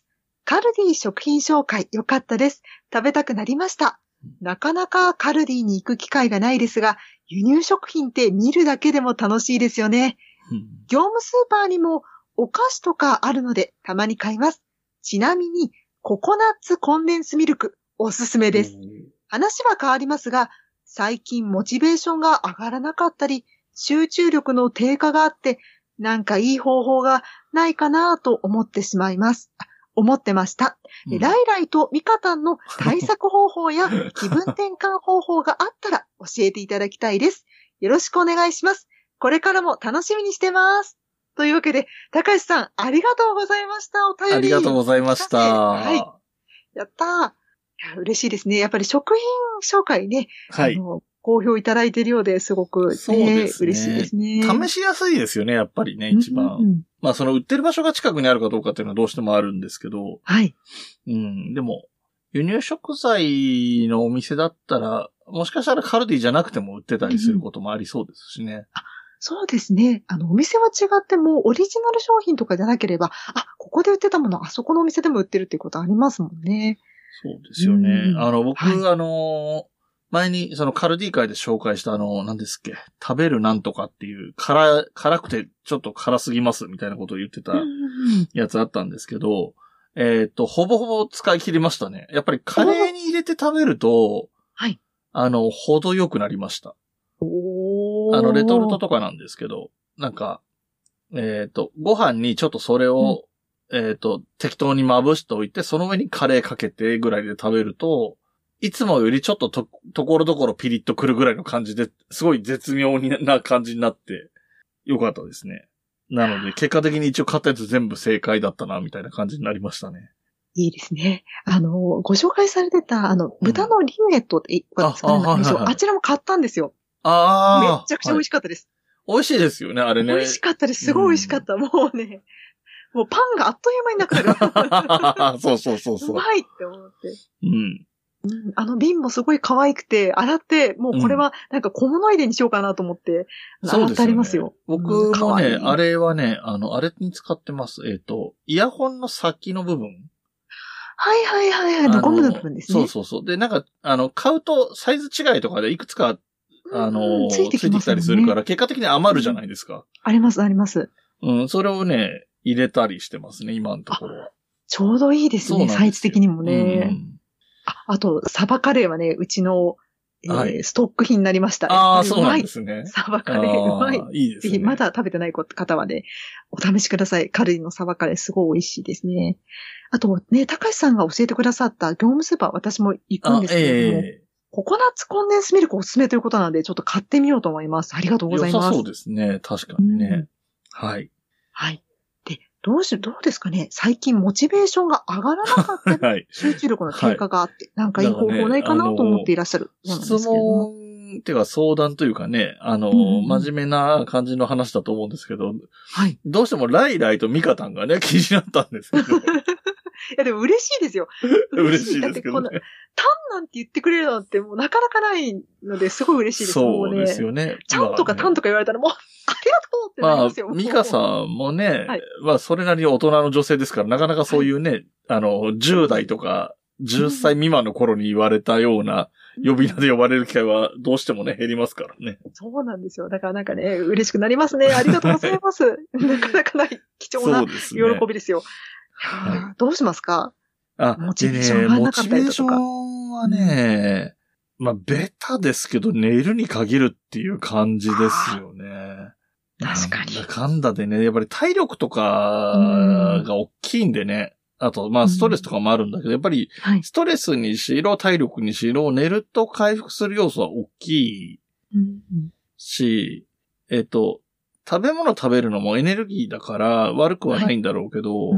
カルディ食品紹介よかったです。食べたくなりました。なかなかカルディに行く機会がないですが、輸入食品って見るだけでも楽しいですよね。業務スーパーにもお菓子とかあるのでたまに買います。ちなみにココナッツコンデンスミルクおすすめです。話は変わりますが、最近モチベーションが上がらなかったり、集中力の低下があって、なんかいい方法がないかなと思ってました。ライライとミカタンの対策方法や気分転換方法があったら教えていただきたいです。よろしくお願いします。これからも楽しみにしてます。というわけで、高橋さん、ありがとうございました。お便り。 ありがとうございました。 はい。やったー。いや、嬉しいですね。やっぱり食品紹介ね。 はい。 好評いただいているようですごく、ね、そうですね。嬉しいですね。 試しやすいですよね、やっぱりね、一番。まあ、その売ってる場所が近くにあるかどうかっていうのはどうしてもあるんですけど。 はい。 でも、輸入食材のお店だったら、もしかしたらカルディじゃなくても売ってたりすることもありそうですしね。 そうですね。お店は違っても、オリジナル商品とかじゃなければ、ここで売ってたもの、あそこのお店でも売ってるっていうことありますもんね。 そうですよね。僕、はい、前に、そのカルディ会で紹介した何ですっけ、食べるなんとかっていう、辛くてちょっと辛すぎますみたいなことを言ってたやつあったんですけど、ほぼほぼ使い切りましたね。やっぱりカレーに入れて食べると、 はい。 程よくなりました。レトルトとかなんですけど、なんか、ご飯にちょっとそれを、適当にまぶしておいて、その上にカレーかけてぐらいで食べると、いつもよりちょっとところどころピリッとくるぐらいの感じで、すごい絶妙な感じになって、よかったですね。なので、結果的に一応買ったやつ全部正解だったな、みたいな感じになりましたね。 いいですね。ご紹介されてた、豚のリュエットってあちらも買ったんですよ。めちゃくちゃ美味しかったです。 はい、美味しいですよね、あれね。 美味しかったです。すごい美味しかった。もうね、もうパンがあっという間になくなる。 そう。 うまいって思って。瓶もすごい可愛くて、洗って、もうこれはなんか小物入れにしようかなと思って、洗ってありますよ。 僕もね、あれはね、あれに使ってます。イヤホンの先の部分。 はい。ゴムの部分ですね。 そう。で、なんか、買うとサイズ違いとかでいくつか、ついてきたりするから、結果的に余るじゃないですか。 あります。 それをね、入れたりしてますね、今のところは。 ちょうどいいですね、サイズ的にもね。あと、サバカレーはね、うちの、ストック品になりました。 そうなんですね。 サバカレーうまい。 いいですね。 ぜひ、まだ食べてない方はね、お試しください。カルディのサバカレーすごい美味しいですね。あとね、高橋さんが教えてくださった業務スーパー、私も行くんですけれども、ココナッツコンデンスミルクおすすめということなので、ちょっと買ってみようと思います。ありがとうございます。 そうですね。確かにね。はい。 はい。で、どうですかね。最近モチベーションが上がらなかったり、集中力の低下があって、なんかいい方法ないかなと思っていらっしゃる。 質問っていうか相談というかね、真面目な感じの話だと思うんですけど、 はい。 どうしてもライライとミカタンがね、気になったんですけど。 いや、でも嬉しいですよ。 嬉しいですけどね。 タンなんて言ってくれるのってもうなかなかないのですごい嬉しいです。 そうですよね。 ちゃんとかタンとか言われたらもう、ありがとうってなりますよ。 ミカさんもね、それなりに大人の女性ですから、なかなかそういうね、10代とか10歳未満の頃に言われたような呼び名で呼ばれる機会はどうしてもね、減りますからね。 そうなんですよ。だからなんかね、嬉しくなりますね。ありがとうございます。なかなかない貴重な喜びですよ。どうしますか？モチベーションがなかったりとか。モチベーションはね、ベタですけど、寝るに限るっていう感じですよね。 確かに。 かんだでね、やっぱり体力とかが大きいんでね。あと、ストレスとかもあるんだけど、やっぱり、ストレスにしろ、体力にしろ、寝ると回復する要素は大きいし、食べ物食べるのもエネルギーだから悪くはないんだろうけど、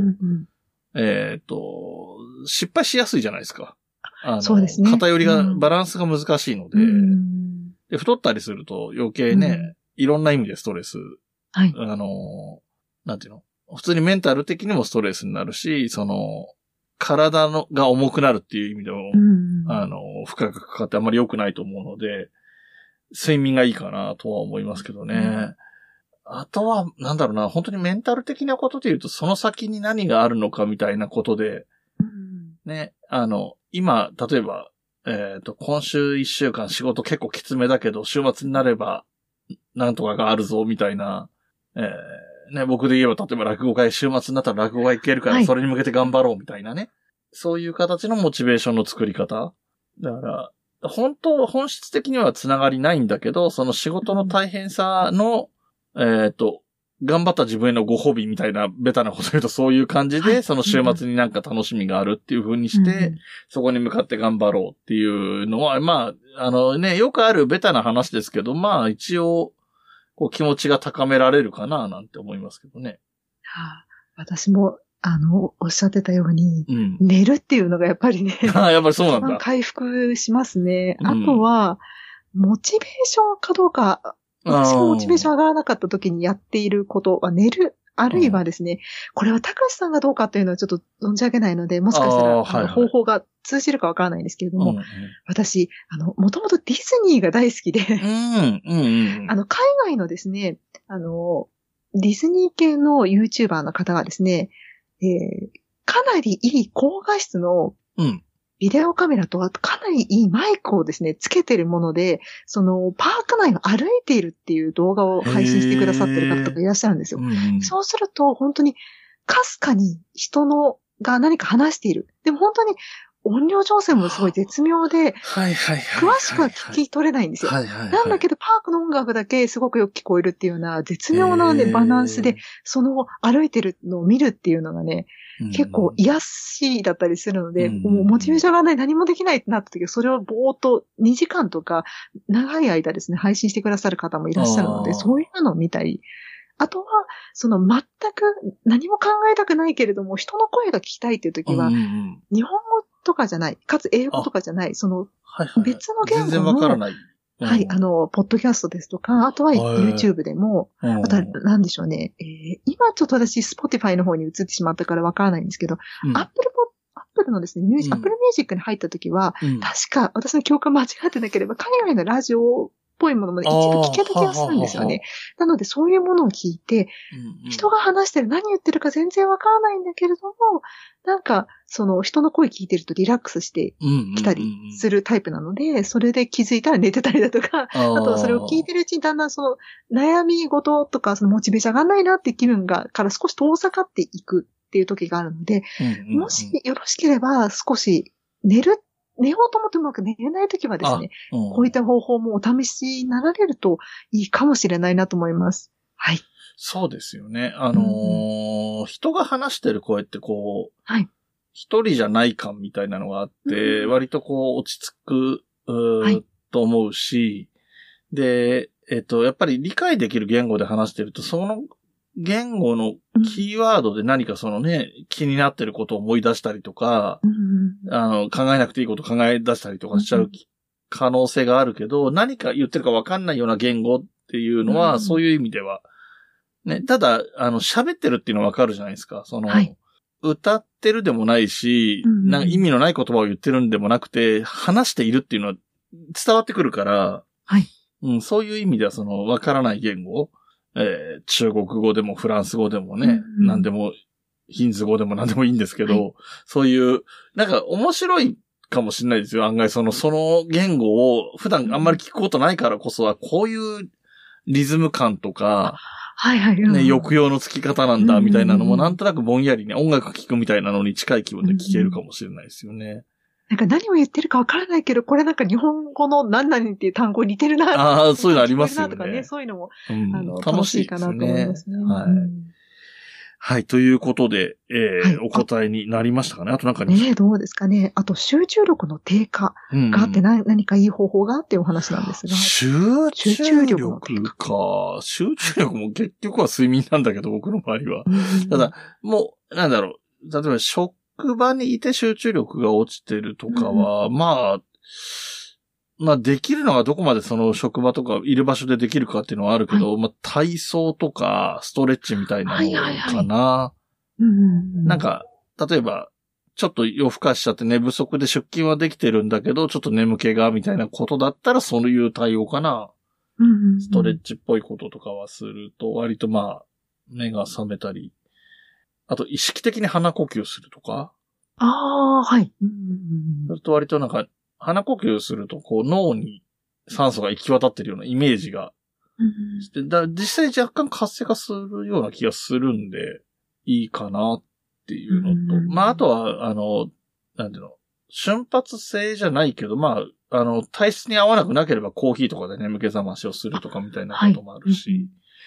失敗しやすいじゃないですか。 そうですね。 偏りが、バランスが難しいので、で、太ったりすると余計ね、いろんな意味でストレス。 はい。 なんていうの？普通にメンタル的にもストレスになるし、体が重くなるっていう意味でも、負荷がかかってあんまり良くないと思うので、睡眠がいいかなとは思いますけどね。あとは、なんだろうな、本当にメンタル的なことで言うと、その先に何があるのかみたいなことで、 ね、今、例えば、今週1週間仕事結構きつめだけど、週末になれば、なんとかがあるぞ、みたいな、ね、僕で言えば、例えば落語会、週末になったら落語会行けるから、それに向けて頑張ろう、みたいなね。そういう形のモチベーションの作り方。だから、本質的にはつながりないんだけど、その仕事の大変さの、頑張った自分へのご褒美みたいな、ベタなこと言うとそういう感じで、その週末になんか楽しみがあるっていう風にして、そこに向かって頑張ろうっていうのは、まあ、よくあるベタな話ですけど、まあ一応、こう気持ちが高められるかな、なんて思いますけどね。 私も、おっしゃってたように、寝るっていうのがやっぱりね、 やっぱりそうなんだ。 回復しますね。あとは、モチベーションかどうか、私もモチベーション上がらなかった時にやっていることは寝る。あるいはですね、これは高橋さんがどうかっていうのはちょっっと存じ上げないので、もしかしたら方法が通じるかわからないんですけれども、私、もともとディズニーが大好きで、海外のですね、ディズニー系の YouTuber の方がですね、かなりいい高画質のビデオカメラと、あとかなりいいマイクをですね、つけてるもので、そのパーク内を歩いているっていう動画を配信してくださってる方とかいらっしゃるんですよ。そうすると、本当にかすかに人が何か話している。でも本当に音量調整もすごい絶妙で、詳しくは聞き取れないんですよ。なんだけど、パークの音楽だけすごくよく聞こえるっていうような絶妙なね、バランスで、その歩いてるのを見るっていうのがね、結構癒しだったりするので、もうモチベーションがない、何もできないってなった時は、それをぼーっと2時間とか長い間ですね、配信してくださる方もいらっしゃるので、そういうのを見たり、あとは、その全く何も考えたくないけれども、人の声が聞きたいっていう時は、日本語とかじゃない、かつ英語とかじゃない、その別の言語の、全然わからない。はい、ポッドキャストですとか、あとは YouTube でも、あとは何でしょうね、今ちょっと私 Spotify の方に移ってしまったからわからないんですけど、Apple のですね、Apple Music に入った時は、確か私の記憶が間違ってなければ、海外のラジオっぽいものも一部聞けた気がするんですよね。なのでそういうものを聞いて、人が話してる何言ってるか全然わからないんだけれども、なんかその人の声聞いてるとリラックスしてきたりするタイプなので、それで気づいたら寝てたりだとか、あとそれを聞いてるうちにだんだんその悩み事とかそのモチベーション上がんないなって気分から少し遠ざかっていくっていう時があるので、もしよろしければ少し寝ようと思ってうまく寝れないときはですね、こういった方法もお試しになられるといいかもしれないなと思います。はい。 そうですよね。人が話してる声ってこう、一人じゃない感みたいなのがあって、割とこう落ち着く、と思うし、で、やっぱり理解できる言語で話してると、その言語のキーワードで何かそのね、気になってることを思い出したりとか、考えなくていいことを考え出したりとかしちゃう可能性があるけど、何か言ってるか分かんないような言語っていうのは、そういう意味では、ね、ただ、喋ってるっていうのは分かるじゃないですか。歌ってるでもないし、なんか意味のない言葉を言ってるんでもなくて、話しているっていうのは伝わってくるから、そういう意味では分からない言語、中国語でもフランス語でもね、何でも、ヒンズー語でも何でもいいんですけど、そういう、なんか面白いかもしれないですよ。案外その言語を普段あんまり聞くことないからこそは、こういうリズム感とか、ね、抑揚のつき方なんだみたいなのもなんとなくぼんやりね、音楽聴くみたいなのに近い気分で聴けるかもしれないですよね。 なんか何を言ってるかわからないけど、これなんか日本語の何々っていう単語に似てるな。 そういうのありますよね。 とかね、そういうのも、楽しいかなと思いますね。 はい。ということで、お答えになりましたかね。あとなんかね、どうですかね。あと集中力の低下があって何かいい方法があっていうお話なんですが。 集中力か。集中力も結局は睡眠なんだけど、僕の場合は。ただ、もう、なんだろう。例えば職場にいて集中力が落ちてるとかは、まあ、できるのがどこまでその職場とかいる場所でできるかっていうのはあるけど、体操とかストレッチみたいなのかな。なんか、例えば、ちょっと夜更かしちゃって寝不足で出勤はできてるんだけど、ちょっと眠気がみたいなことだったらそういう対応かな。ストレッチっぽいこととかはすると、割と目が覚めたり、あと意識的に鼻呼吸するとか。 ああ、はい。 それと割となんか、鼻呼吸すると、こう、脳に酸素が行き渡ってるようなイメージがして、実際若干活性化するような気がするんで、いいかなっていうのと、まあ、あとは、なんていうの、瞬発性じゃないけど、まあ、体質に合わなくなければコーヒーとかで眠気覚ましをするとかみたいなこともあるし、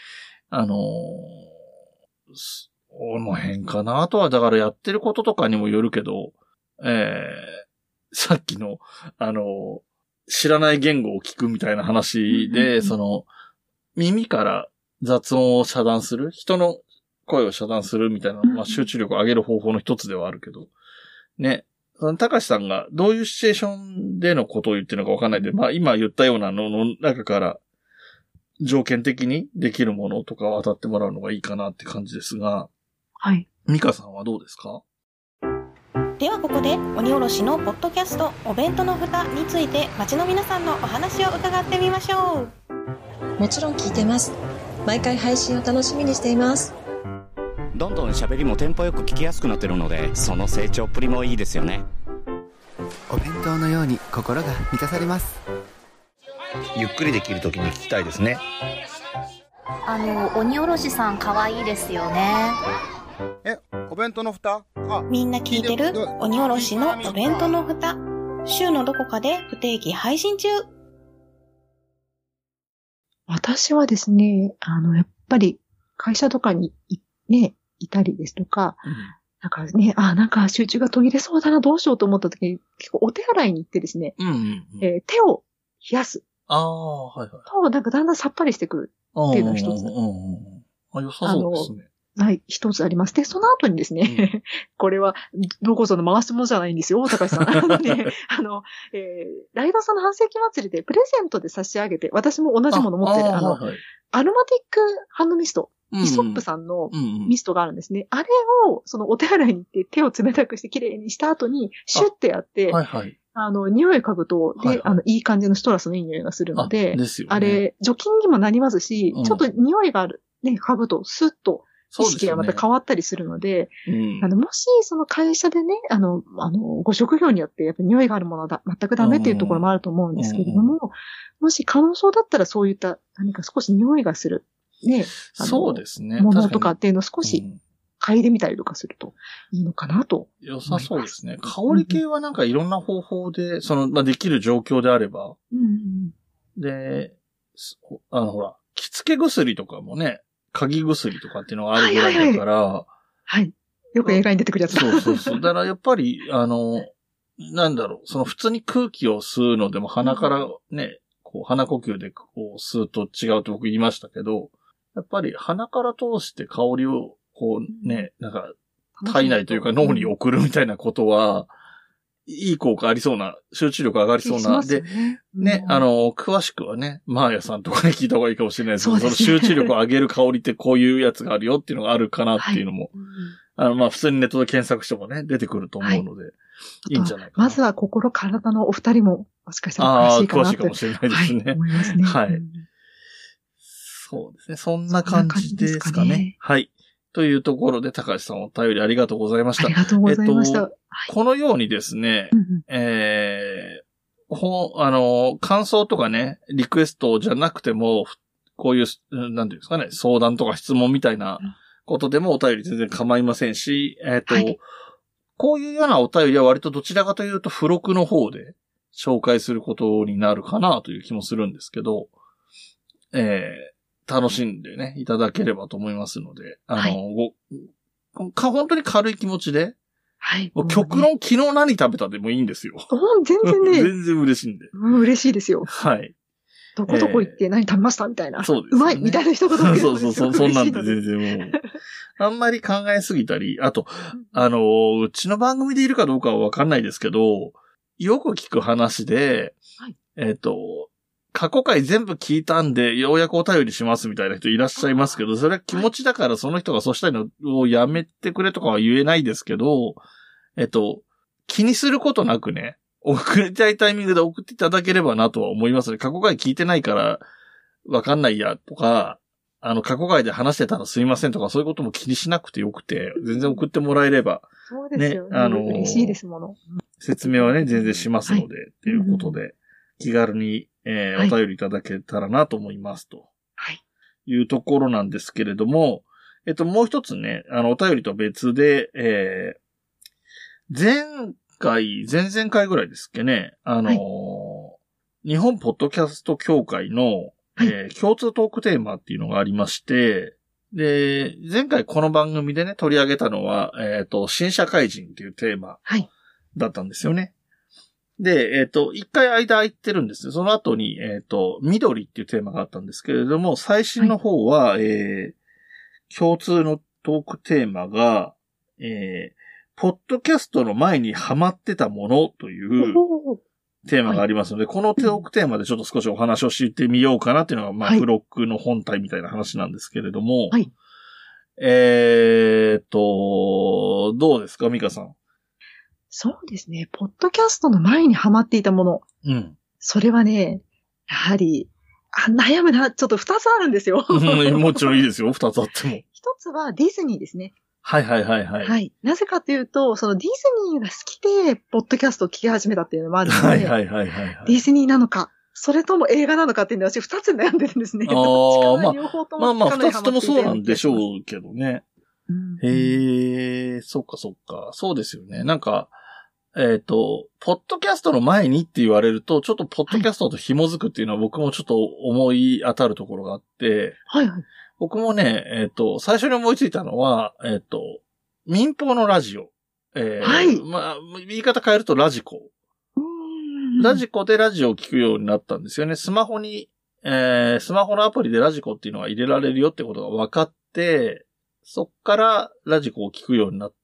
この辺かな。あとはだからやってることとかにもよるけど、さっきの、知らない言語を聞くみたいな話で、耳から雑音を遮断する、人の声を遮断するみたいな、まあ、集中力を上げる方法の一つではあるけど、ね。高橋さんがどういうシチュエーションでのことを言ってるのかわかんないんで、まあ今言ったようなのの中から条件的にできるものとかを当たってもらうのがいいかなって感じですが、 はい。 ミカさんはどうですか？ ではここで鬼おろしのポッドキャストお弁当の蓋について街の皆さんのお話を伺ってみましょう。もちろん聞いてます。毎回配信を楽しみにしています。 どんどん喋りもテンポよく聞きやすくなってるので、その成長っぷりもいいですよね。 お弁当のように心が満たされます。 ゆっくりできるときに聞きたいですね。 鬼おろしさん可愛いですよね。 お弁当の蓋？ みんな聞いてる鬼おろしのお弁当の蓋。週のどこかで不定期配信中。 私はですね、やっぱり会社とかにね、いたりですとか、なんかね、なんか集中が途切れそうだな、どうしようと思った時に、結構お手洗いに行ってですね、手を冷やす。 はいはい。 と、なんかだんだんさっぱりしてくるっていうのが一つ。 良さそうですね。 はい、一つあります。で、その後にですね、これは、どこぞの回し物じゃないんですよ、高橋さん。ライドさんの半世紀祭りでプレゼントで差し上げて、私も同じもの持ってる、アロマティックハンドミスト。イソップさんのミストがあるんですね。あれを、お手洗いに行って手を冷たくしてきれいにした後に、シュッてやって、匂い嗅ぐと、で、いい感じのシトラスのいい匂いがするので、あれ、除菌にもなりますし、ちょっと匂いがある、ね、嗅ぐと、スッと、意識がまた変わったりするので、もし、その会社でね、ご職業によって、やっぱり匂いがあるものは全くダメっていうところもあると思うんですけれども、もし可能そうだったらそういった何か少し匂いがする、ね、 そうですね。 ものとかっていうのを少し嗅いでみたりとかするといいのかなと。 良さそうですね。香り系はなんかいろんな方法で、できる状況であれば。で、ほら、着付け薬とかもね、鍵薬とかっていうのがあるぐらいだから。 はい。よく映画に出てくるやつだ。 そう。だからやっぱり、なんだろう、普通に空気を吸うのでも鼻からね、鼻呼吸で吸うと違うと僕言いましたけど、やっぱり鼻から通して香りをなんか体内というか脳に送るみたいなことは、いい効果ありそうな、集中力上がりそうな。で、ね、詳しくはね、マーヤさんとかに聞いた方がいいかもしれないですけど、その集中力を上げる香りってこういうやつがあるよっていうのがあるかなっていうのも、普通にネットで検索してもね、出てくると思うので、いいんじゃないかな。 まずは心、体のお二人も、もしかしたら詳しいかな詳しいかもしれないですね。 思いますね。 はい。そうですね。そんな感じですかね。はい。というところで、高橋さんお便りありがとうございました。 ありがとうございました。 このようにですね、感想とかね、リクエストじゃなくても、こういう、なんていうんですかね、相談とか質問みたいなことでもお便り全然構いませんし、こういうようなお便りは割とどちらかというと付録の方で紹介することになるかなという気もするんですけど、楽しんでね、いただければと思いますので、本当に軽い気持ちで、極論昨日何食べたでもいいんですよ。 全然ね。 全然嬉しいんで。 嬉しいですよ。 はい。 どこどこ行って何食べましたみたいな。 そうです、 うまいみたいな一言で。 そう、そんなんで全然もう。あんまり考えすぎたり、あと、うちの番組でいるかどうかはわかんないですけど、よく聞く話で、過去回全部聞いたんで、ようやくお便りしますみたいな人いらっしゃいますけど、それは気持ちだからその人がそうしたいのをやめてくれとかは言えないですけど、気にすることなくね、送りたいタイミングで送っていただければなとは思いますね。過去回聞いてないからわかんないやとか、 過去回で話してたらすいませんとかそういうことも気にしなくてよくて、全然送ってもらえれば。 そうですよね。嬉しいですもの。 説明はね、全然しますので、っていうことで、気軽に、お便りいただけたらなと思いますと。 はい。 いうところなんですけれども、もう一つね、お便りと別で、前々回ぐらいですっけね、日本ポッドキャスト協会の、共通トークテーマっていうのがありまして、で、前回この番組でね、取り上げたのは、新社会人っていうテーマだったんですよね。で、一回間空いてるんですよ。その後に、緑っていうテーマがあったんですけれども、最新の方は、共通のトークテーマが、ポッドキャストの前にハマってたものというテーマがありますので、このトークテーマでちょっと少しお話をしてみようかなっていうのが、まあ、付録の本体みたいな話なんですけれども、どうですか、ミカさん。 そうですね。ポッドキャストの前にハマっていたもの。 うん。 それはね、やはり、悩むな。ちょっと2つあるんですよ。 もちろんいいですよ。2つあっても。 一つはディズニーですね。 はいはいはいはい。 はい。なぜかというと、そのディズニーが好きで、ポッドキャストを聞き始めたっていうのもあるので、 はいはいはいはい。 ディズニーなのか、それとも映画なのかっていうのは私2つ悩んでるんですね。 まあ2つともそうなんでしょうけどね。へえ、そっかそっか。そうですよね。なんか、ポッドキャストの前にって言われると、ちょっとポッドキャストと紐づくっていうのは僕もちょっと思い当たるところがあって、 はいはい。 僕もね、最初に思いついたのは、民放のラジオ。 はい。 まあ、言い方変えるとラジコ。ラジコでラジオを聞くようになったんですよね。スマホのアプリでラジコっていうのが入れられるよってことが分かって、そっからラジコを聞くようになって、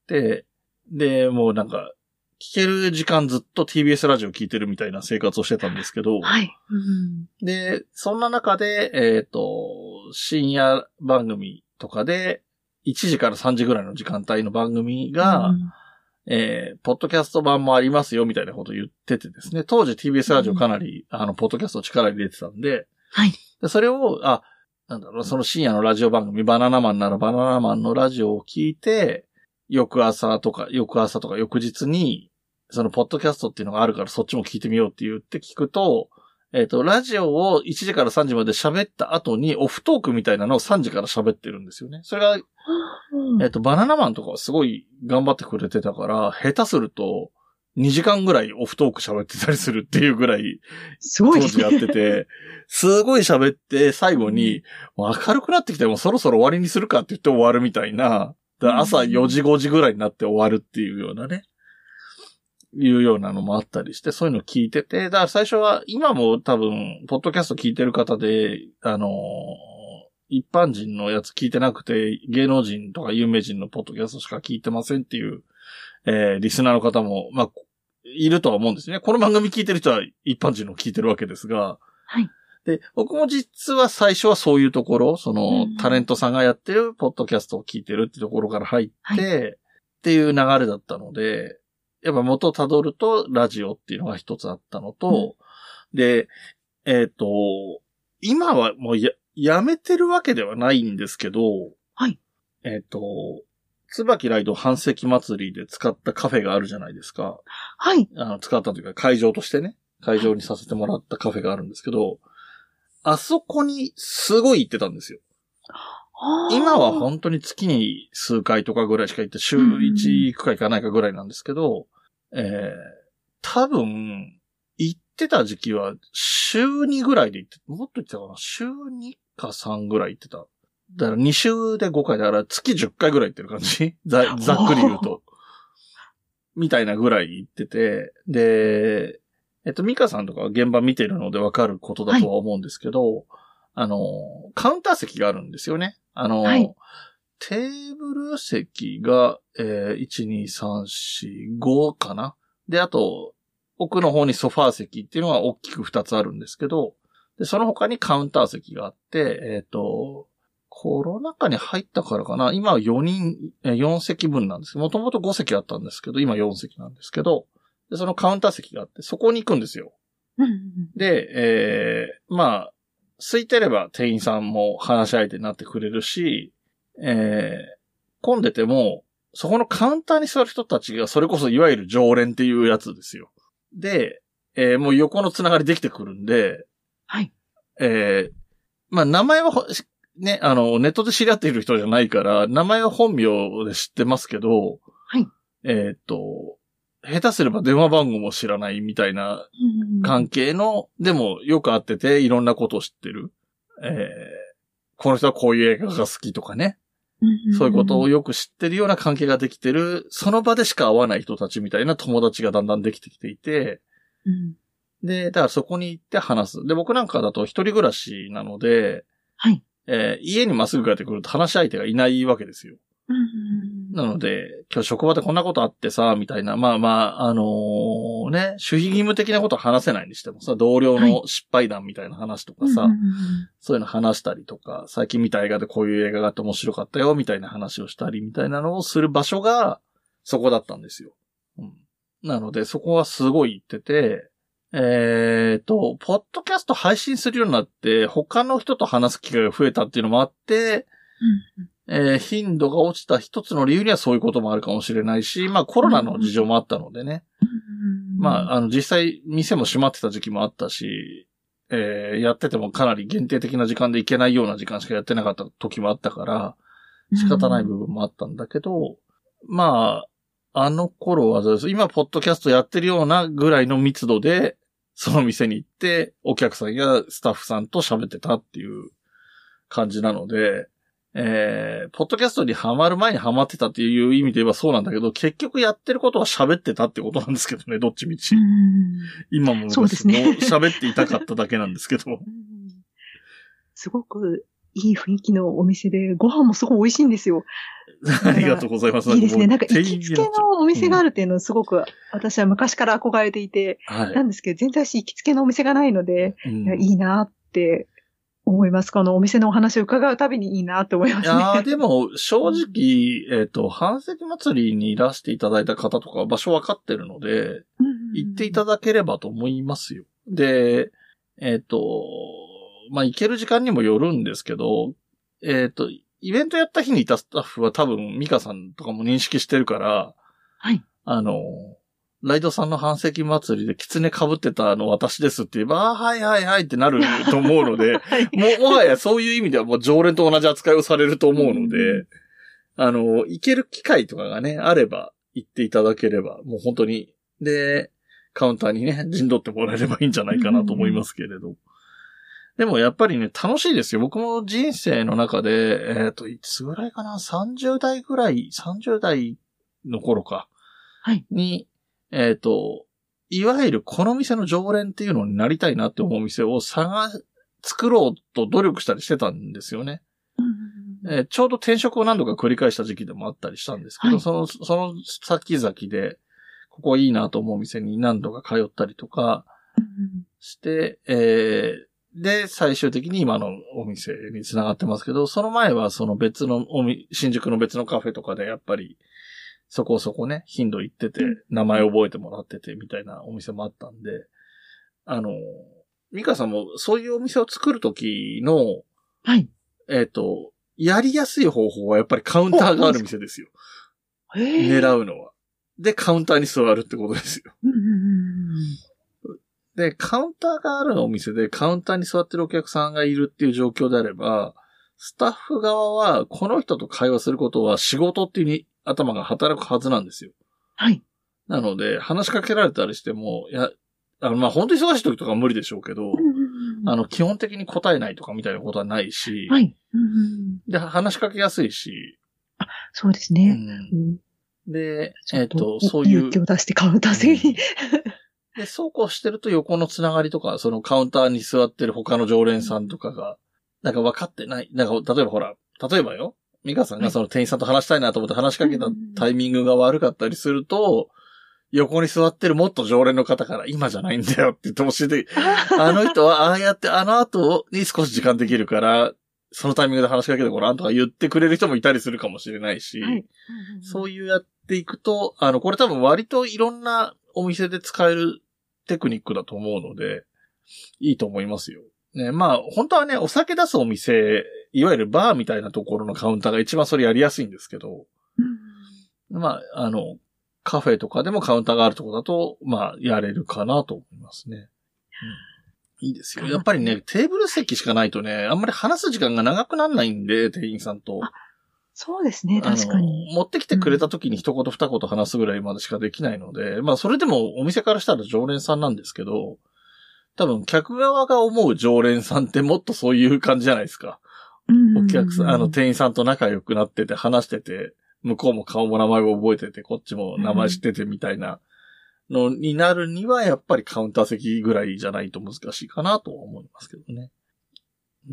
で、もうなんか、聞ける時間ずっと TBS ラジオ聞いてるみたいな生活をしてたんですけど、 はい。 で、そんな中で、深夜番組とかで、1時から3時ぐらいの時間帯の番組が、ポッドキャスト版もありますよみたいなことを言っててですね、当時 TBS ラジオかなり、ポッドキャスト力入れてたんで、 はい。 でそれを、その深夜のラジオ番組、バナナマンならバナナマンのラジオを聞いて、翌朝とか翌日に、そのポッドキャストっていうのがあるからそっちも聞いてみようって言って聞くと、ラジオを1時から3時まで喋った後にオフトークみたいなのを3時から喋ってるんですよね。それが、バナナマンとかはすごい頑張ってくれてたから、下手すると2時間ぐらいオフトーク喋ってたりするっていうぐらい、当時やってて、すごい喋って最後に、明るくなってきてもうそろそろ終わりにするかって言って終わるみたいな、朝4時5時ぐらいになって終わるっていうようなね。いうようなのもあったりして、そういうのを聞いてて、だから最初は、今も多分、ポッドキャスト聞いてる方で、一般人のやつ聞いてなくて、芸能人とか有名人のポッドキャストしか聞いてませんっていう、リスナーの方も、まあ、いるとは思うんですね。この番組聞いてる人は一般人の聞いてるわけですが、 はい。 で、僕も実は最初はそういうところ、その、タレントさんがやってるポッドキャストを聞いてるってところから入って、っていう流れだったので、やっぱ元をたどるとラジオっていうのが一つあったのと、で、今はもうやめてるわけではないんですけど、 はい。 椿ライド半世紀祭りで使ったカフェがあるじゃないですか。 はい。 使ったというか会場としてね、会場にさせてもらったカフェがあるんですけど、あそこにすごい行ってたんですよ。今は本当に月に数回とかぐらいしか行って、週1行くか行かないかぐらいなんですけど、多分、行ってた時期は週2ぐらいで行って、もっと行ってたかな、週2か3ぐらい行ってた。だから2週で5回だから月10回ぐらい行ってる感じざっくり言うと。みたいなぐらい行ってて、で、ミカさんとかは現場見てるのでわかることだとは思うんですけど、カウンター席があるんですよね。はい、テーブル席が、1、2、3、4、5かな。で、あと、奥の方にソファー席っていうのが大きく2つあるんですけど、で、その他にカウンター席があって、コロナ禍に入ったからかな。今は4席分なんですけど、もともと5席あったんですけど、今4席なんですけど、で、そのカウンター席があって、そこに行くんですよ。で、まあ、 空いてれば店員さんも話し相手になってくれるし、混んでても、そこのカウンターに座る人たちがそれこそいわゆる常連っていうやつですよ。で、もう横のつながりできてくるんで、 はい。 まあ名前はね、ネットで知り合っている人じゃないから、名前は本名で知ってますけど、 はい。 下手すれば電話番号も知らないみたいな関係の、でもよく会ってていろんなことを知ってる。この人はこういう映画が好きとかね。そういうことをよく知ってるような関係ができてる、その場でしか会わない人たちみたいな友達がだんだんできてきていて、で、だからそこに行って話す。で、僕なんかだと一人暮らしなので、 はい。 家にまっすぐ帰ってくると話し相手がいないわけですよ。なので、今日職場でこんなことあってさ、みたいな、まあまあ、守秘義務的なことは話せないにしてもさ、同僚の失敗談みたいな話とかさ、そういうの話したりとか、最近見た映画でこういう映画があって面白かったよ、みたいな話をしたり、みたいなのをする場所が、そこだったんですよ。なので、そこはすごい行ってて、ポッドキャスト配信するようになって、他の人と話す機会が増えたっていうのもあって、頻度が落ちた一つの理由にはそういうこともあるかもしれないし、まあコロナの事情もあったのでね。まあ、実際店も閉まってた時期もあったし、やっててもかなり限定的な時間で行けないような時間しかやってなかった時もあったから、仕方ない部分もあったんだけど、まあ、あの頃は今ポッドキャストやってるようなぐらいの密度で、その店に行って、お客さんやスタッフさんと喋ってたっていう感じなので、ポッドキャストにハマる前にハマってたっていう意味で言えばそうなんだけど、結局やってることは喋ってたってことなんですけどね、どっちみち。今もそうですね。 喋っていたかっただけなんですけど。 すごくいい雰囲気のお店で、ご飯もすごい美味しいんですよ。 ありがとうございます。 いいですね。なんか行きつけのお店があるっていうのはすごく、私は昔から憧れていて、なんですけど、全然行きつけのお店がないので、いいなって思います。このお店のお話を伺うたびにいいなって思いますね。 いやでも、正直、半世紀祭りにいらしていただいた方とか場所わかってるので、行っていただければと思いますよ。で、まあ、行ける時間にもよるんですけど、イベントやった日にいたスタッフは多分、ミカさんとかも認識してるから、 はい。 ライドさんの半世紀祭りで狐被ってたの私ですって言えば、はいはいはいってなると思うので、はい、もはやそういう意味ではもう常連と同じ扱いをされると思うので、行ける機会とかがね、あれば行っていただければ、もう本当に、で、カウンターにね、陣取ってもらえればいいんじゃないかなと思いますけれど。でもやっぱりね、楽しいですよ。僕も人生の中で、いつぐらいかな ?30 代ぐらい、30代の頃か。 はい。 に、いわゆるこの店の常連っていうのになりたいなって思う店を作ろうと努力したりしてたんですよね。ちょうど転職を何度か繰り返した時期でもあったりしたんですけど、はい、その先々で、ここいいなと思う店に何度か通ったりとかして、で、最終的に今のお店に繋がってますけど、その前はその別の新宿の別のカフェとかでやっぱり、そこそこね、頻度行ってて、名前覚えてもらってて、みたいなお店もあったんで、ミカさんもそういうお店を作るときの、 はい。 やりやすい方法はやっぱりカウンターがある店ですよ。狙うのは。で、カウンターに座るってことですよ。で、カウンターがあるお店でカウンターに座ってるお客さんがいるっていう状況であれば、スタッフ側はこの人と会話することは仕事っていう頭が働くはずなんですよ。 はい。 なので、話しかけられたりしても、まあ、本当に忙しい時とかは無理でしょうけど、基本的に答えないとかみたいなことはないし、 はい。 で、話しかけやすいし。 そうですね。 で、そういう。 勇気を出してカウンター席に。 で、そうこうしてると横のつながりとか、そのカウンターに座ってる他の常連さんとかが、なんか分かってない。なんか、例えばよ、ミカさんがその店員さんと話したいなと思って話しかけたタイミングが悪かったりすると、横に座ってるもっと常連の方から今じゃないんだよって言ってほしいで、あの人はああやってあの後に少し時間できるから、そのタイミングで話しかけてごらんとか言ってくれる人もいたりするかもしれないし、そういうやっていくと、これ多分割といろんなお店で使えるテクニックだと思うので、いいと思いますよ。 ね、まあ、本当はね、お酒出すお店、いわゆるバーみたいなところのカウンターが一番それやりやすいんですけど、まあ、カフェとかでもカウンターがあるところだと、まあ、やれるかなと思いますね。いいですよ。やっぱりね、テーブル席しかないとね、あんまり話す時間が長くならないんで、店員さんと。 そうですね、確かに。 持ってきてくれた時に一言二言話すぐらいまでしかできないので、まあ、それでもお店からしたら常連さんなんですけど、多分、客側が思う常連さんってもっとそういう感じじゃないですか。お客さん、店員さんと仲良くなってて話してて、向こうも顔も名前も覚えてて、こっちも名前知っててみたいなのになるには、やっぱりカウンター席ぐらいじゃないと難しいかなと思いますけどね。 ス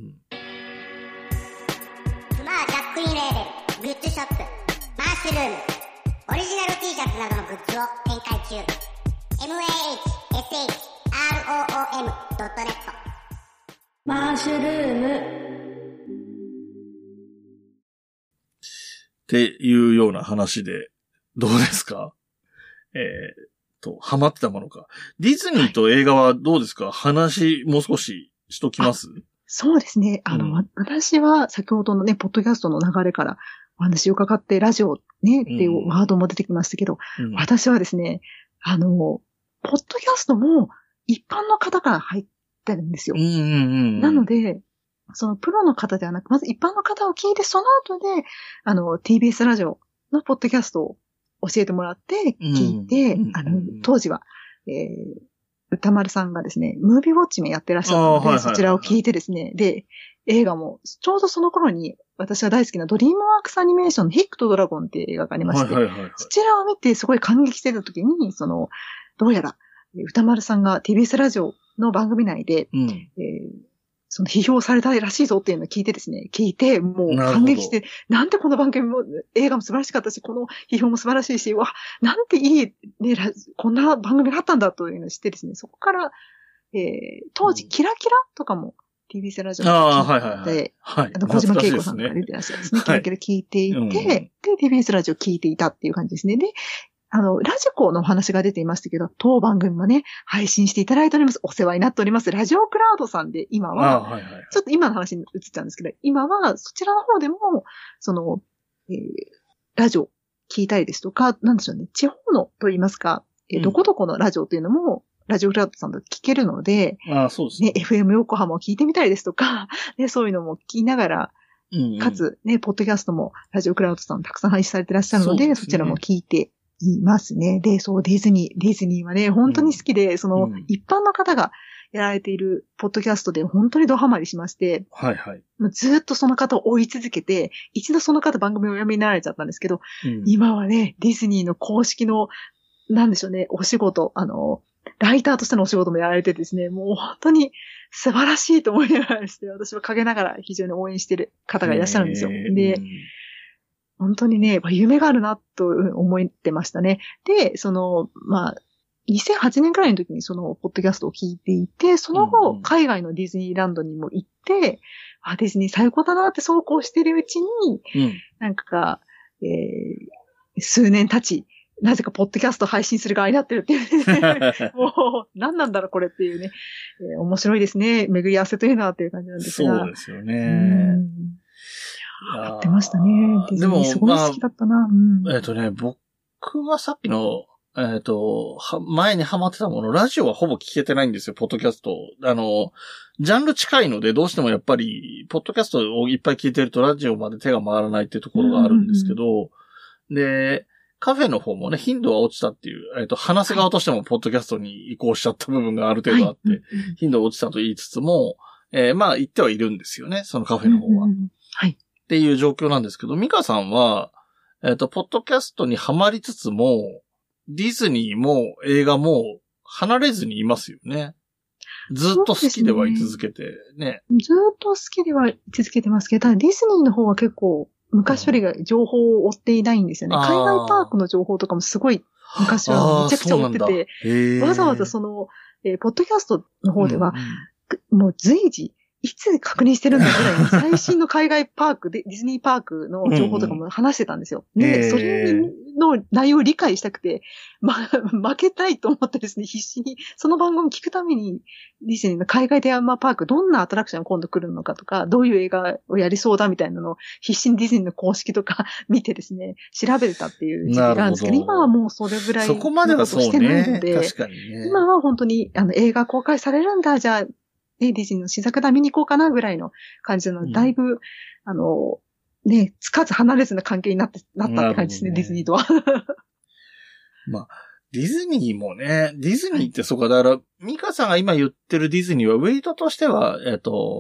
マージャックインレーベル、グッズショップ、マッシュルーム、オリジナル T シャツなどのグッズを展開中。mahshroom.net マッシュルームっていうような話で、どうですか？ハマってたものか。ディズニーと映画はどうですか？話、もう少ししときます？ そうですね。私は先ほどのね、ポッドキャストの流れからお話を伺って、ラジオね、っていうワードも出てきましたけど、私はですね、ポッドキャストも一般の方から入ってるんですよ。なので、そのプロの方ではなく、まず一般の方を聞いて、その後で、TBS ラジオのポッドキャストを教えてもらって聞いて、当時は、歌丸さんがですね、ムービーウォッチメンやってらっしゃったので、そちらを聞いてですね、で、映画も、ちょうどその頃に私が大好きなドリームワークスアニメーションのヒックとドラゴンっていう映画がありまして、そちらを見てすごい感激してた時に、どうやら、歌丸さんが TBS ラジオの番組内で、その批評されたらしいぞっていうのを聞いて、もう感激して、なんてこの番組も、映画も素晴らしかったし、この批評も素晴らしいし、わ、なんていい、ね、こんな番組があったんだというのを知ってですね、そこから、当時、キラキラとかも TBS ラジオで聞いて、小島恵子さんが出てらっしゃるんですね。キラキラ聞いていて、で、TBS ラジオ聞いていたっていう感じですね。で、ラジコのお話が出ていましたけど、当番組もね、配信していただいております。お世話になっております。ラジオクラウドさんで、今は、ちょっと今の話に移っちゃうんですけど、今はそちらの方でも、ラジオ聞いたりですとか、なんでしょうね、地方のと言いますか、どこどこのラジオというのも、ラジオクラウドさんで聞けるので、 そうですね。 FM 横浜を聞いてみたりですとか、ね、そういうのも聞きながら、かつ、ね、ポッドキャストもラジオクラウドさんたくさん配信されてらっしゃるので、そちらも聞いていますね。で、ディズニーはね、本当に好きで、一般の方がやられているポッドキャストで本当にドハマりしまして、ずっとその方を追い続けて、一度その方番組をおやめになられちゃったんですけど、今はね、ディズニーの公式の、なんでしょうね、お仕事、ライターとしてのお仕事もやられてですね、もう本当に素晴らしいと思いながらして、私は陰ながら非常に応援している方がいらっしゃるんですよ。で、本当にね、夢があるなと思ってましたね。で、2008年くらいの時にそのポッドキャストを聞いていて、その後、海外のディズニーランドにも行って、ディズニー最高だなってそうこうしてるうちに、なんか、数年経ち、なぜかポッドキャスト配信する側になってるっていうね。もう、何なんだろうこれっていうね。面白いですね。巡り合わせというのはっていう感じなんですが。 そうですよね。 やってましたね。ディズニーすごい好きだったな。 僕はさっきの、前にハマってたもの、ラジオはほぼ聞けてないんですよ、ポッドキャスト。ジャンル近いので、どうしてもやっぱり、ポッドキャストをいっぱい聞いてるとラジオまで手が回らないっていうところがあるんですけど、で、カフェの方もね、頻度は落ちたっていう、話す側としてもポッドキャストに移行しちゃった部分がある程度あって、頻度が落ちたと言いつつも、まあ言ってはいるんですよね、そのカフェの方は。っていう状況なんですけど、ミカさんは、ポッドキャストにハマりつつも、ディズニーも映画も離れずにいますよね。ずっと好きではい続けてね。 ずっと好きでは続けてますけど、ただディズニーの方は結構、昔よりが情報を追っていないんですよね。海外パークの情報とかもすごい昔はめちゃくちゃ追ってて、わざわざポッドキャストの方では、もう随時、いつ確認してるんだぐらいに最新の海外パークで、ディズニーパークの情報とかも話してたんですよ。で、それの内容を理解したくて、負けたいと思ってですね、必死に、その番組聞くために、ディズニーの海外テーマパーク、どんなアトラクションが今度来るのかとか、どういう映画をやりそうだみたいなのを必死にディズニーの公式とか見てですね、調べてたっていう時期があるんですけど、今はもうそれぐらいのことしてないので、 確かにね、 今は本当に映画公開されるんだ、じゃあ、ディズニーの新作だ見に行こうかなぐらいの感じなので、だいぶ、つかず離れずな関係になったって感じですね、ディズニーとは。 まあ、ディズニーもね、ディズニーってそうか、だから、ミカさんが今言ってるディズニーは、ウェイトとしては、デ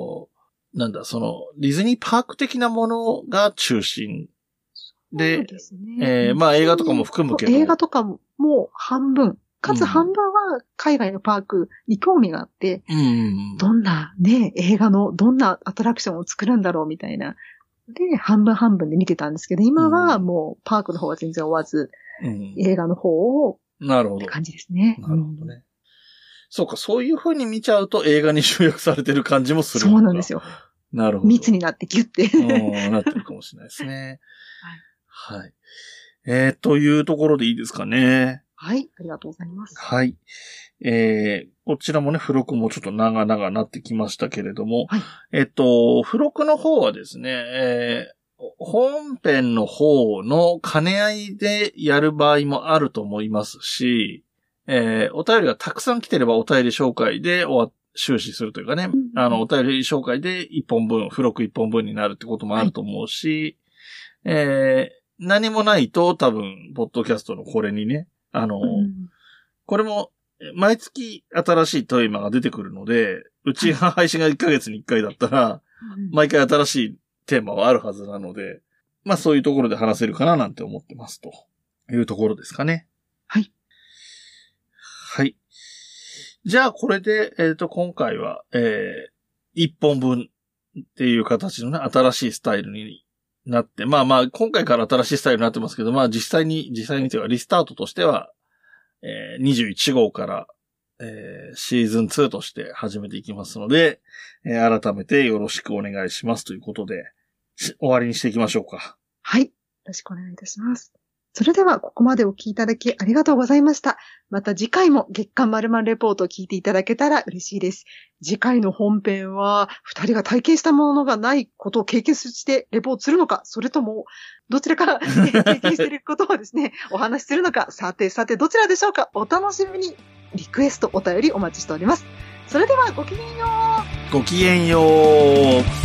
ィズニーパーク的なものが中心で、そうですね、まあ映画とかも含むけど。 映画とかも半分。かつ半分は海外のパークに興味があって、どんなね、映画のどんなアトラクションを作るんだろうみたいな。で、半分半分で見てたんですけど、今はもうパークの方は全然追わず、映画の方を、 なるほど。 って感じですね。 なるほどね。そうか、そういう風に見ちゃうと映画に集約されてる感じもする。 そうなんですよ。 なるほど。 密になってギュッて。 なってるかもしれないですね。はい。というところでいいですかね。 はい、ありがとうございます。 はい。こちらもね、付録もちょっと長々なってきましたけれども、はい、付録の方はですね、本編の方の兼ね合いでやる場合もあると思いますし、お便りがたくさん来てればお便り紹介で終始するというかね、お便り紹介で1本分、付録1本分になるってこともあると思うし、何もないと多分、ポッドキャストのこれにね、これも、毎月新しいテーマが出てくるので、うちが配信が1ヶ月に1回だったら、毎回新しいテーマはあるはずなので、まあそういうところで話せるかななんて思ってますというところですかね。 はい。 はい。じゃあこれで、今回は、1本分っていう形のね、新しいスタイルになって、まあ、今回から新しいスタイルになってますけど、まあ実際にというかリスタートとしては、21号から、シーズン2として始めていきますので、改めてよろしくお願いしますということで、終わりにしていきましょうか。 はい。よろしくお願いいたします。それでは、ここまでお聞きいただきありがとうございました。また次回も月刊〇〇レポートを聞いていただけたら嬉しいです。次回の本編は、2人が体験したものがないことを経験してレポートするのか、それとも、どちらから経験していることをですね、お話しするのか、さてどちらでしょうか。お楽しみに。リクエスト、お便りお待ちしております。それではごきげんよう。 ごきげんよう。